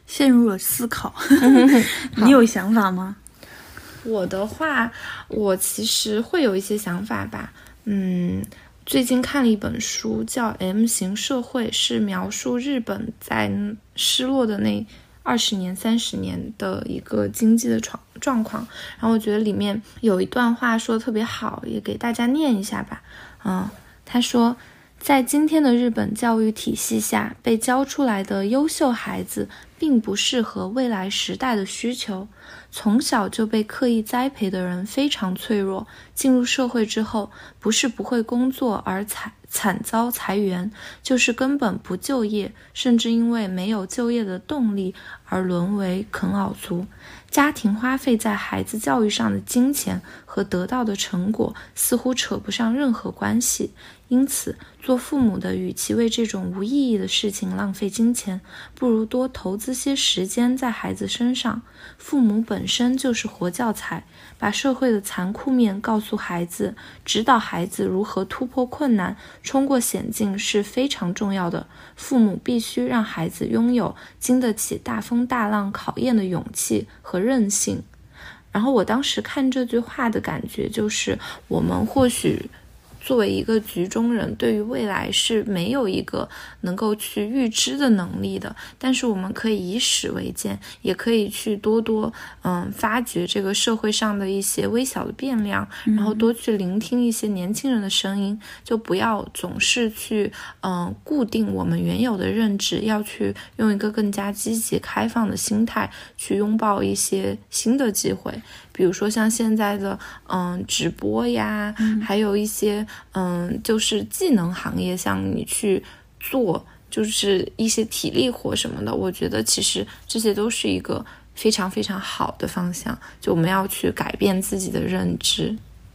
陷入了思考。你有想法吗？ 我的话，我其实会有一些想法吧。嗯，最近看了一本书叫《M 型社会》，是描述日本在失落的那二十年、三十年的一个经济的状状况。然后我觉得里面有一段话说的特别好，也给大家念一下吧。嗯，他说，在今天的日本教育体系下，被教出来的优秀孩子并不适合未来时代的需求。从小就被刻意栽培的人非常脆弱，进入社会之后，不是不会工作而惨惨遭裁员，就是根本不就业，甚至因为没有就业的动力而沦为啃老族。家庭花费在孩子教育上的金钱和得到的成果似乎扯不上任何关系，因此做父母的与其为这种无意义的事情浪费金钱，不如多投资些时间在孩子身上。父母本身就是活教材，把社会的残酷面告诉孩子，指导孩子如何突破困难，冲过险境是非常重要的。父母必须让孩子拥有经得起大风大浪考验的勇气和韧性。然后我当时看这句话的感觉就是，我们或许作为一个局中人，对于未来是没有一个能够去预知的能力的，但是我们可以以史为鉴，也可以去多多嗯发掘这个社会上的一些微小的变量，然后多去聆听一些年轻人的声音，就不要总是去嗯固定我们原有的认知，要去用一个更加积极开放的心态去拥抱一些新的机会。比如说像现在的嗯直播呀、嗯、还有一些嗯就是技能行业，像你去做就是一些体力活什么的，我觉得其实这些都是一个非常非常好的方向，就我们要去改变自己的认知。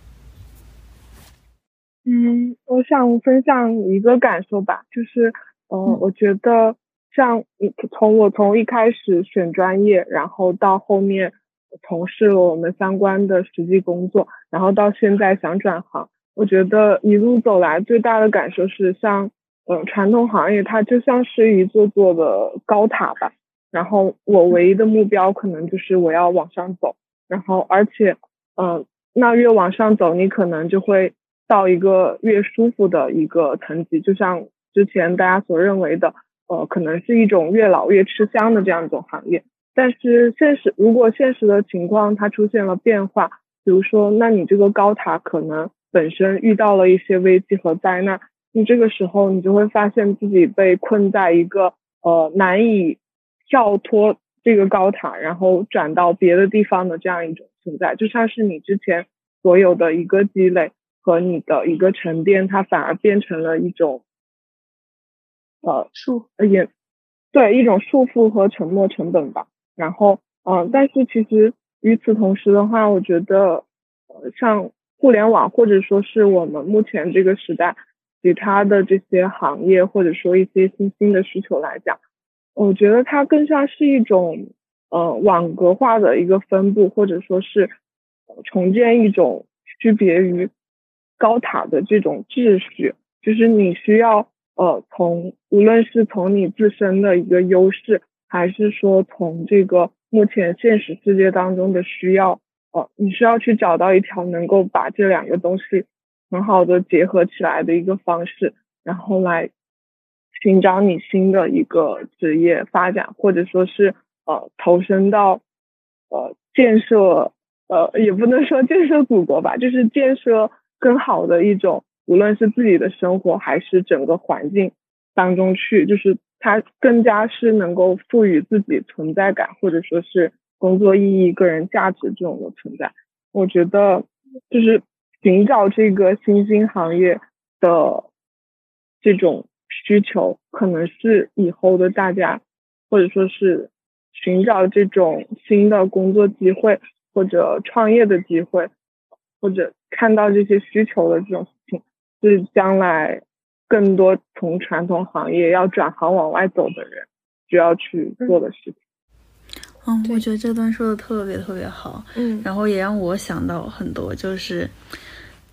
嗯，我想分享一个感受吧，就是呃、嗯、我觉得像从我从一开始选专业，然后到后面从事了我们相关的实际工作，然后到现在想转行，我觉得一路走来最大的感受是像呃传统行业它就像是一座座的高塔吧，然后我唯一的目标可能就是我要往上走，然后而且呃那越往上走你可能就会到一个越舒服的一个层级，就像之前大家所认为的呃可能是一种越老越吃香的这样一种行业。但是现实，如果现实的情况它出现了变化，比如说那你这个高塔可能本身遇到了一些危机和灾难，你这个时候你就会发现自己被困在一个呃难以跳脱这个高塔然后转到别的地方的这样一种存在，就像是你之前所有的一个积累和你的一个沉淀，它反而变成了一种呃束也对一种束缚和沉没成本吧。然后嗯、呃，但是其实与此同时的话，我觉得呃像互联网或者说是我们目前这个时代其他的这些行业或者说一些新兴的需求来讲，我觉得它更像是一种呃网格化的一个分布，或者说是、呃、重建一种区别于高塔的这种秩序，就是你需要呃从无论是从你自身的一个优势，还是说从这个目前现实世界当中的需要，呃，你需要去找到一条能够把这两个东西很好的结合起来的一个方式，然后来寻找你新的一个职业发展，或者说是呃投身到呃建设呃也不能说建设祖国吧，就是建设更好的一种无论是自己的生活还是整个环境当中去，就是它更加是能够赋予自己存在感，或者说是工作意义、个人价值这种的存在。我觉得就是寻找这个新兴行业的这种需求，可能是以后的大家，或者说是寻找这种新的工作机会或者创业的机会，或者看到这些需求的这种事情，是将来更多从传统行业要转行往外走的人需要去做的事情。 嗯，我觉得这段说的特别特别好， 嗯， 然后也让我想到很多，就是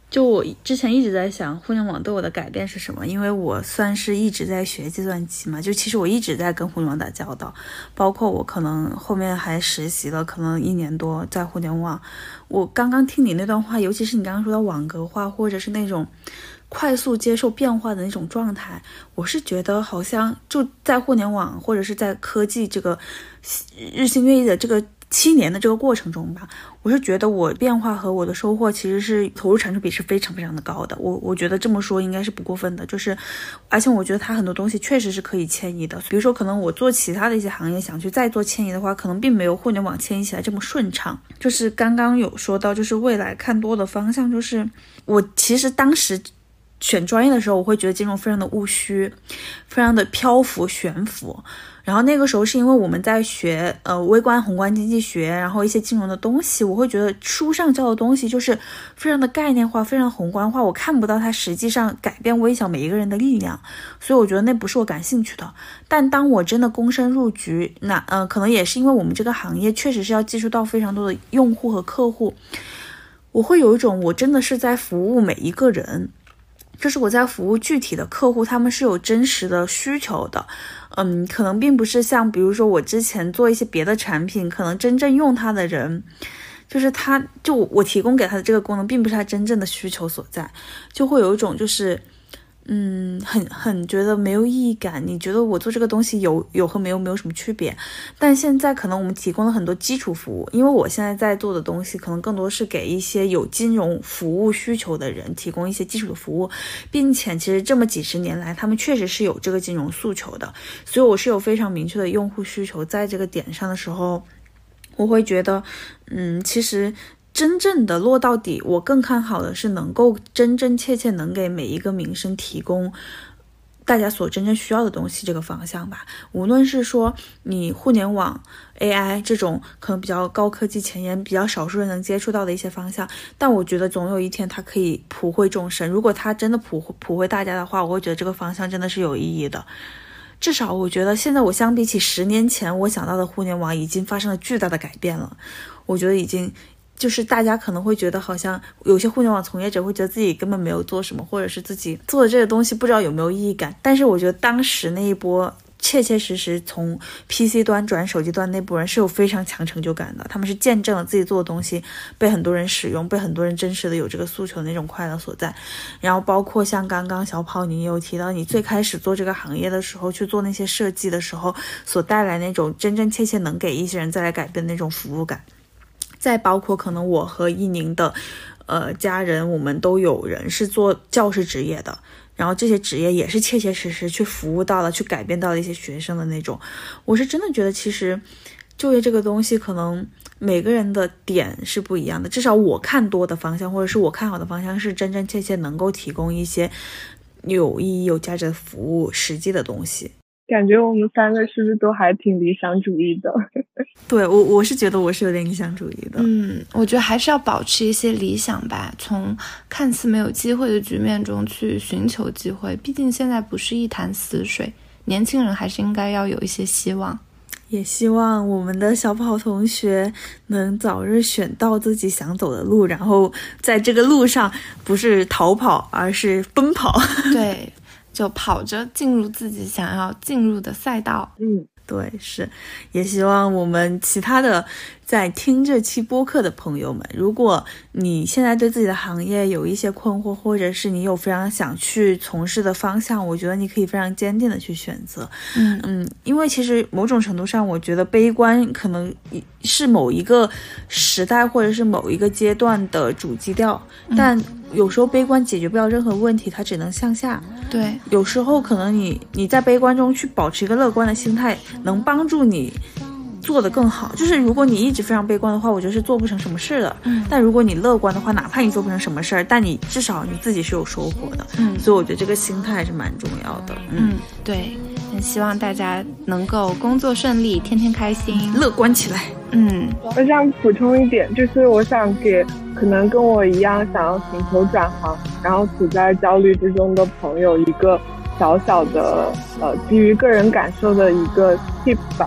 就我之前一直在想互联网对我的改变是什么，因为我算是一直在学计算机嘛，就其实我一直在跟互联网打交道，包括我可能后面还实习了可能一年多在互联网。我刚刚听你那段话，尤其是你刚刚说的网格化或者是那种快速接受变化的那种状态，我是觉得好像就在互联网或者是在科技这个日新月异的这个七年的这个过程中吧，我是觉得我变化和我的收获其实是投入产出比是非常非常的高的。我我觉得这么说应该是不过分的，就是而且我觉得它很多东西确实是可以迁移的。比如说可能我做其他的一些行业想去再做迁移的话，可能并没有互联网迁移起来这么顺畅。就是刚刚有说到就是未来看多的方向，就是我其实当时选专业的时候，我会觉得金融非常的务虚，非常的漂浮悬浮。然后那个时候是因为我们在学呃微观宏观经济学，然后一些金融的东西，我会觉得书上教的东西就是非常的概念化，非常的宏观化，我看不到它实际上改变微小每一个人的力量，所以我觉得那不是我感兴趣的。但当我真的躬身入局，那呃可能也是因为我们这个行业确实是要接触到非常多的用户和客户，我会有一种我真的是在服务每一个人，就是我在服务具体的客户，他们是有真实的需求的。嗯，可能并不是像比如说我之前做一些别的产品，可能真正用它的人，就是他就我提供给他的这个功能并不是他真正的需求所在，就会有一种就是嗯，很很觉得没有意义感。你觉得我做这个东西有有和没有没有什么区别？但现在可能我们提供了很多基础服务，因为我现在在做的东西可能更多是给一些有金融服务需求的人提供一些基础的服务，并且其实这么几十年来他们确实是有这个金融诉求的，所以我是有非常明确的用户需求。在这个点上的时候，我会觉得嗯，其实真正的落到底，我更看好的是能够真真切切能给每一个民生提供大家所真正需要的东西这个方向吧。无论是说你互联网 A I 这种可能比较高科技前沿比较少数人能接触到的一些方向，但我觉得总有一天它可以普惠众生。如果它真的普普惠大家的话，我会觉得这个方向真的是有意义的。至少我觉得现在我相比起十年前我想到的互联网已经发生了巨大的改变了。我觉得已经就是大家可能会觉得好像有些互联网从业者会觉得自己根本没有做什么，或者是自己做的这个东西不知道有没有意义感。但是我觉得当时那一波切切实实从 P C 端转手机端那波人是有非常强成就感的，他们是见证了自己做的东西被很多人使用，被很多人真实的有这个诉求的那种快乐所在。然后包括像刚刚小跑你也有提到，你最开始做这个行业的时候去做那些设计的时候所带来那种真真切切能给一些人再来改变的那种服务感。再包括可能我和一宁的呃家人，我们都有人是做教师职业的，然后这些职业也是切切实实去服务到了，去改变到了一些学生的那种。我是真的觉得其实就业这个东西可能每个人的点是不一样的，至少我看多的方向或者是我看好的方向是真真切切能够提供一些有意义有价值的服务实际的东西。 感觉我们三个是不是都还挺理想主义的？ 对，我我是觉得我是有点理想主义的。 嗯，我觉得还是要保持一些理想吧，从看似没有机会的局面中去寻求机会。毕竟现在不是一潭死水，年轻人还是应该要有一些希望。 也希望我们的小跑同学能早日选到自己想走的路，然后在这个路上不是逃跑，而是奔跑。 对。就跑着进入自己想要进入的赛道。 嗯， 对，是，也希望我们其他的在听这期播客的朋友们，如果你现在对自己的行业有一些困惑，或者是你有非常想去从事的方向，我觉得你可以非常坚定的去选择。 嗯嗯，因为其实某种程度上，我觉得悲观可能是某一个时代或者是某一个阶段的主基调， 嗯、 但有时候悲观解决不了任何问题，它只能向下。 对， 有时候可能你你在悲观中去保持一个乐观的心态，能帮助你做得更好。就是如果你一直非常悲观的话，我觉得是做不成什么事的。 嗯， 但如果你乐观的话，哪怕你做不成什么事儿，但你至少你自己是有收获的。 嗯， 所以我觉得这个心态还是蛮重要的。 嗯，嗯对，希望大家能够工作顺利，天天开心， 乐观起来。 嗯， 我想补充一点，就是我想给可能跟我一样想要寻求转行，然后处在焦虑之中的朋友一个小小的呃基于个人感受的一个 tip 吧，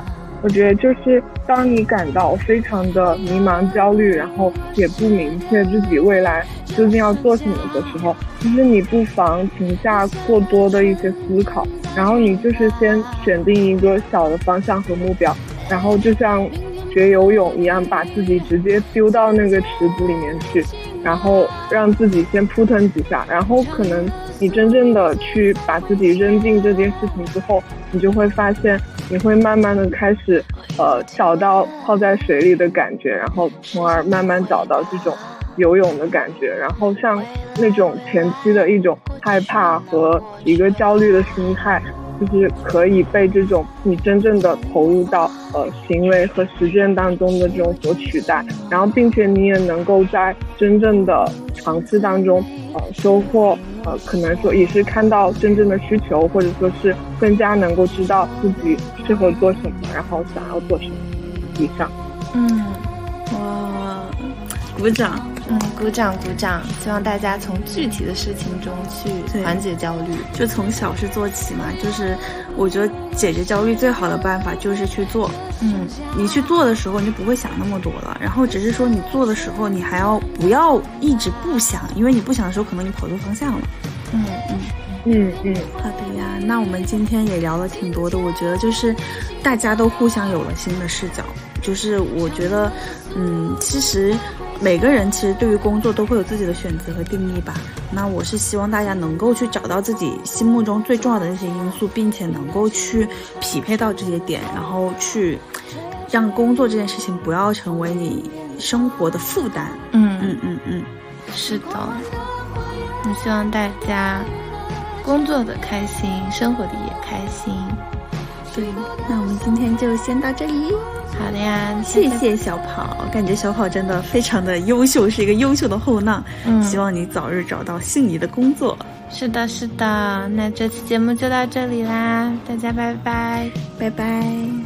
我觉得就是当你感到非常的迷茫焦虑，然后也不明确自己未来究竟要做什么的时候，其实你不妨停下过多的一些思考，然后你就是先选定一个小的方向和目标，然后就像学游泳一样，把自己直接丢到那个池子里面去，然后让自己先扑腾几下，然后可能你真正的去把自己扔进这件事情之后，你就会发现你会慢慢的开始呃找到泡在水里的感觉，然后从而慢慢找到这种游泳的感觉，然后像那种前期的一种害怕和一个焦虑的心态，就是可以被这种你真正的投入到呃行为和实践当中的这种所取代，然后并且你也能够在真正的尝试当中呃收获呃可能说也是看到真正的需求，或者说是更加能够知道自己适合做什么，然后想要做什么。以上。 嗯， 哇，鼓掌。 嗯，鼓掌鼓掌！希望大家从具体的事情中去缓解焦虑， 就从小事做起嘛。就是我觉得解决焦虑最好的办法就是去做。 嗯， 你去做的时候，你就不会想那么多了。然后只是说你做的时候，你还要不要一直不想？因为你不想的时候，可能你跑错方向了。 嗯嗯嗯嗯， 好的呀。那我们今天也聊了挺多的，我觉得就是大家都互相有了新的视角。就是我觉得，嗯，其实每个人其实对于工作都会有自己的选择和定义吧。那我是希望大家能够去找到自己心目中最重要的那些因素，并且能够去匹配到这些点，然后去让工作这件事情不要成为你生活的负担。 嗯嗯嗯嗯， 是的。我希望大家工作的开心，生活的也开心。 对，那我们今天就先到这里。 好的呀， 谢谢小跑，感觉小跑真的非常的优秀，是一个优秀的后浪。嗯，希望你早日找到心仪的工作。 是的，是的。那这期节目就到这里啦，大家拜拜， 拜拜。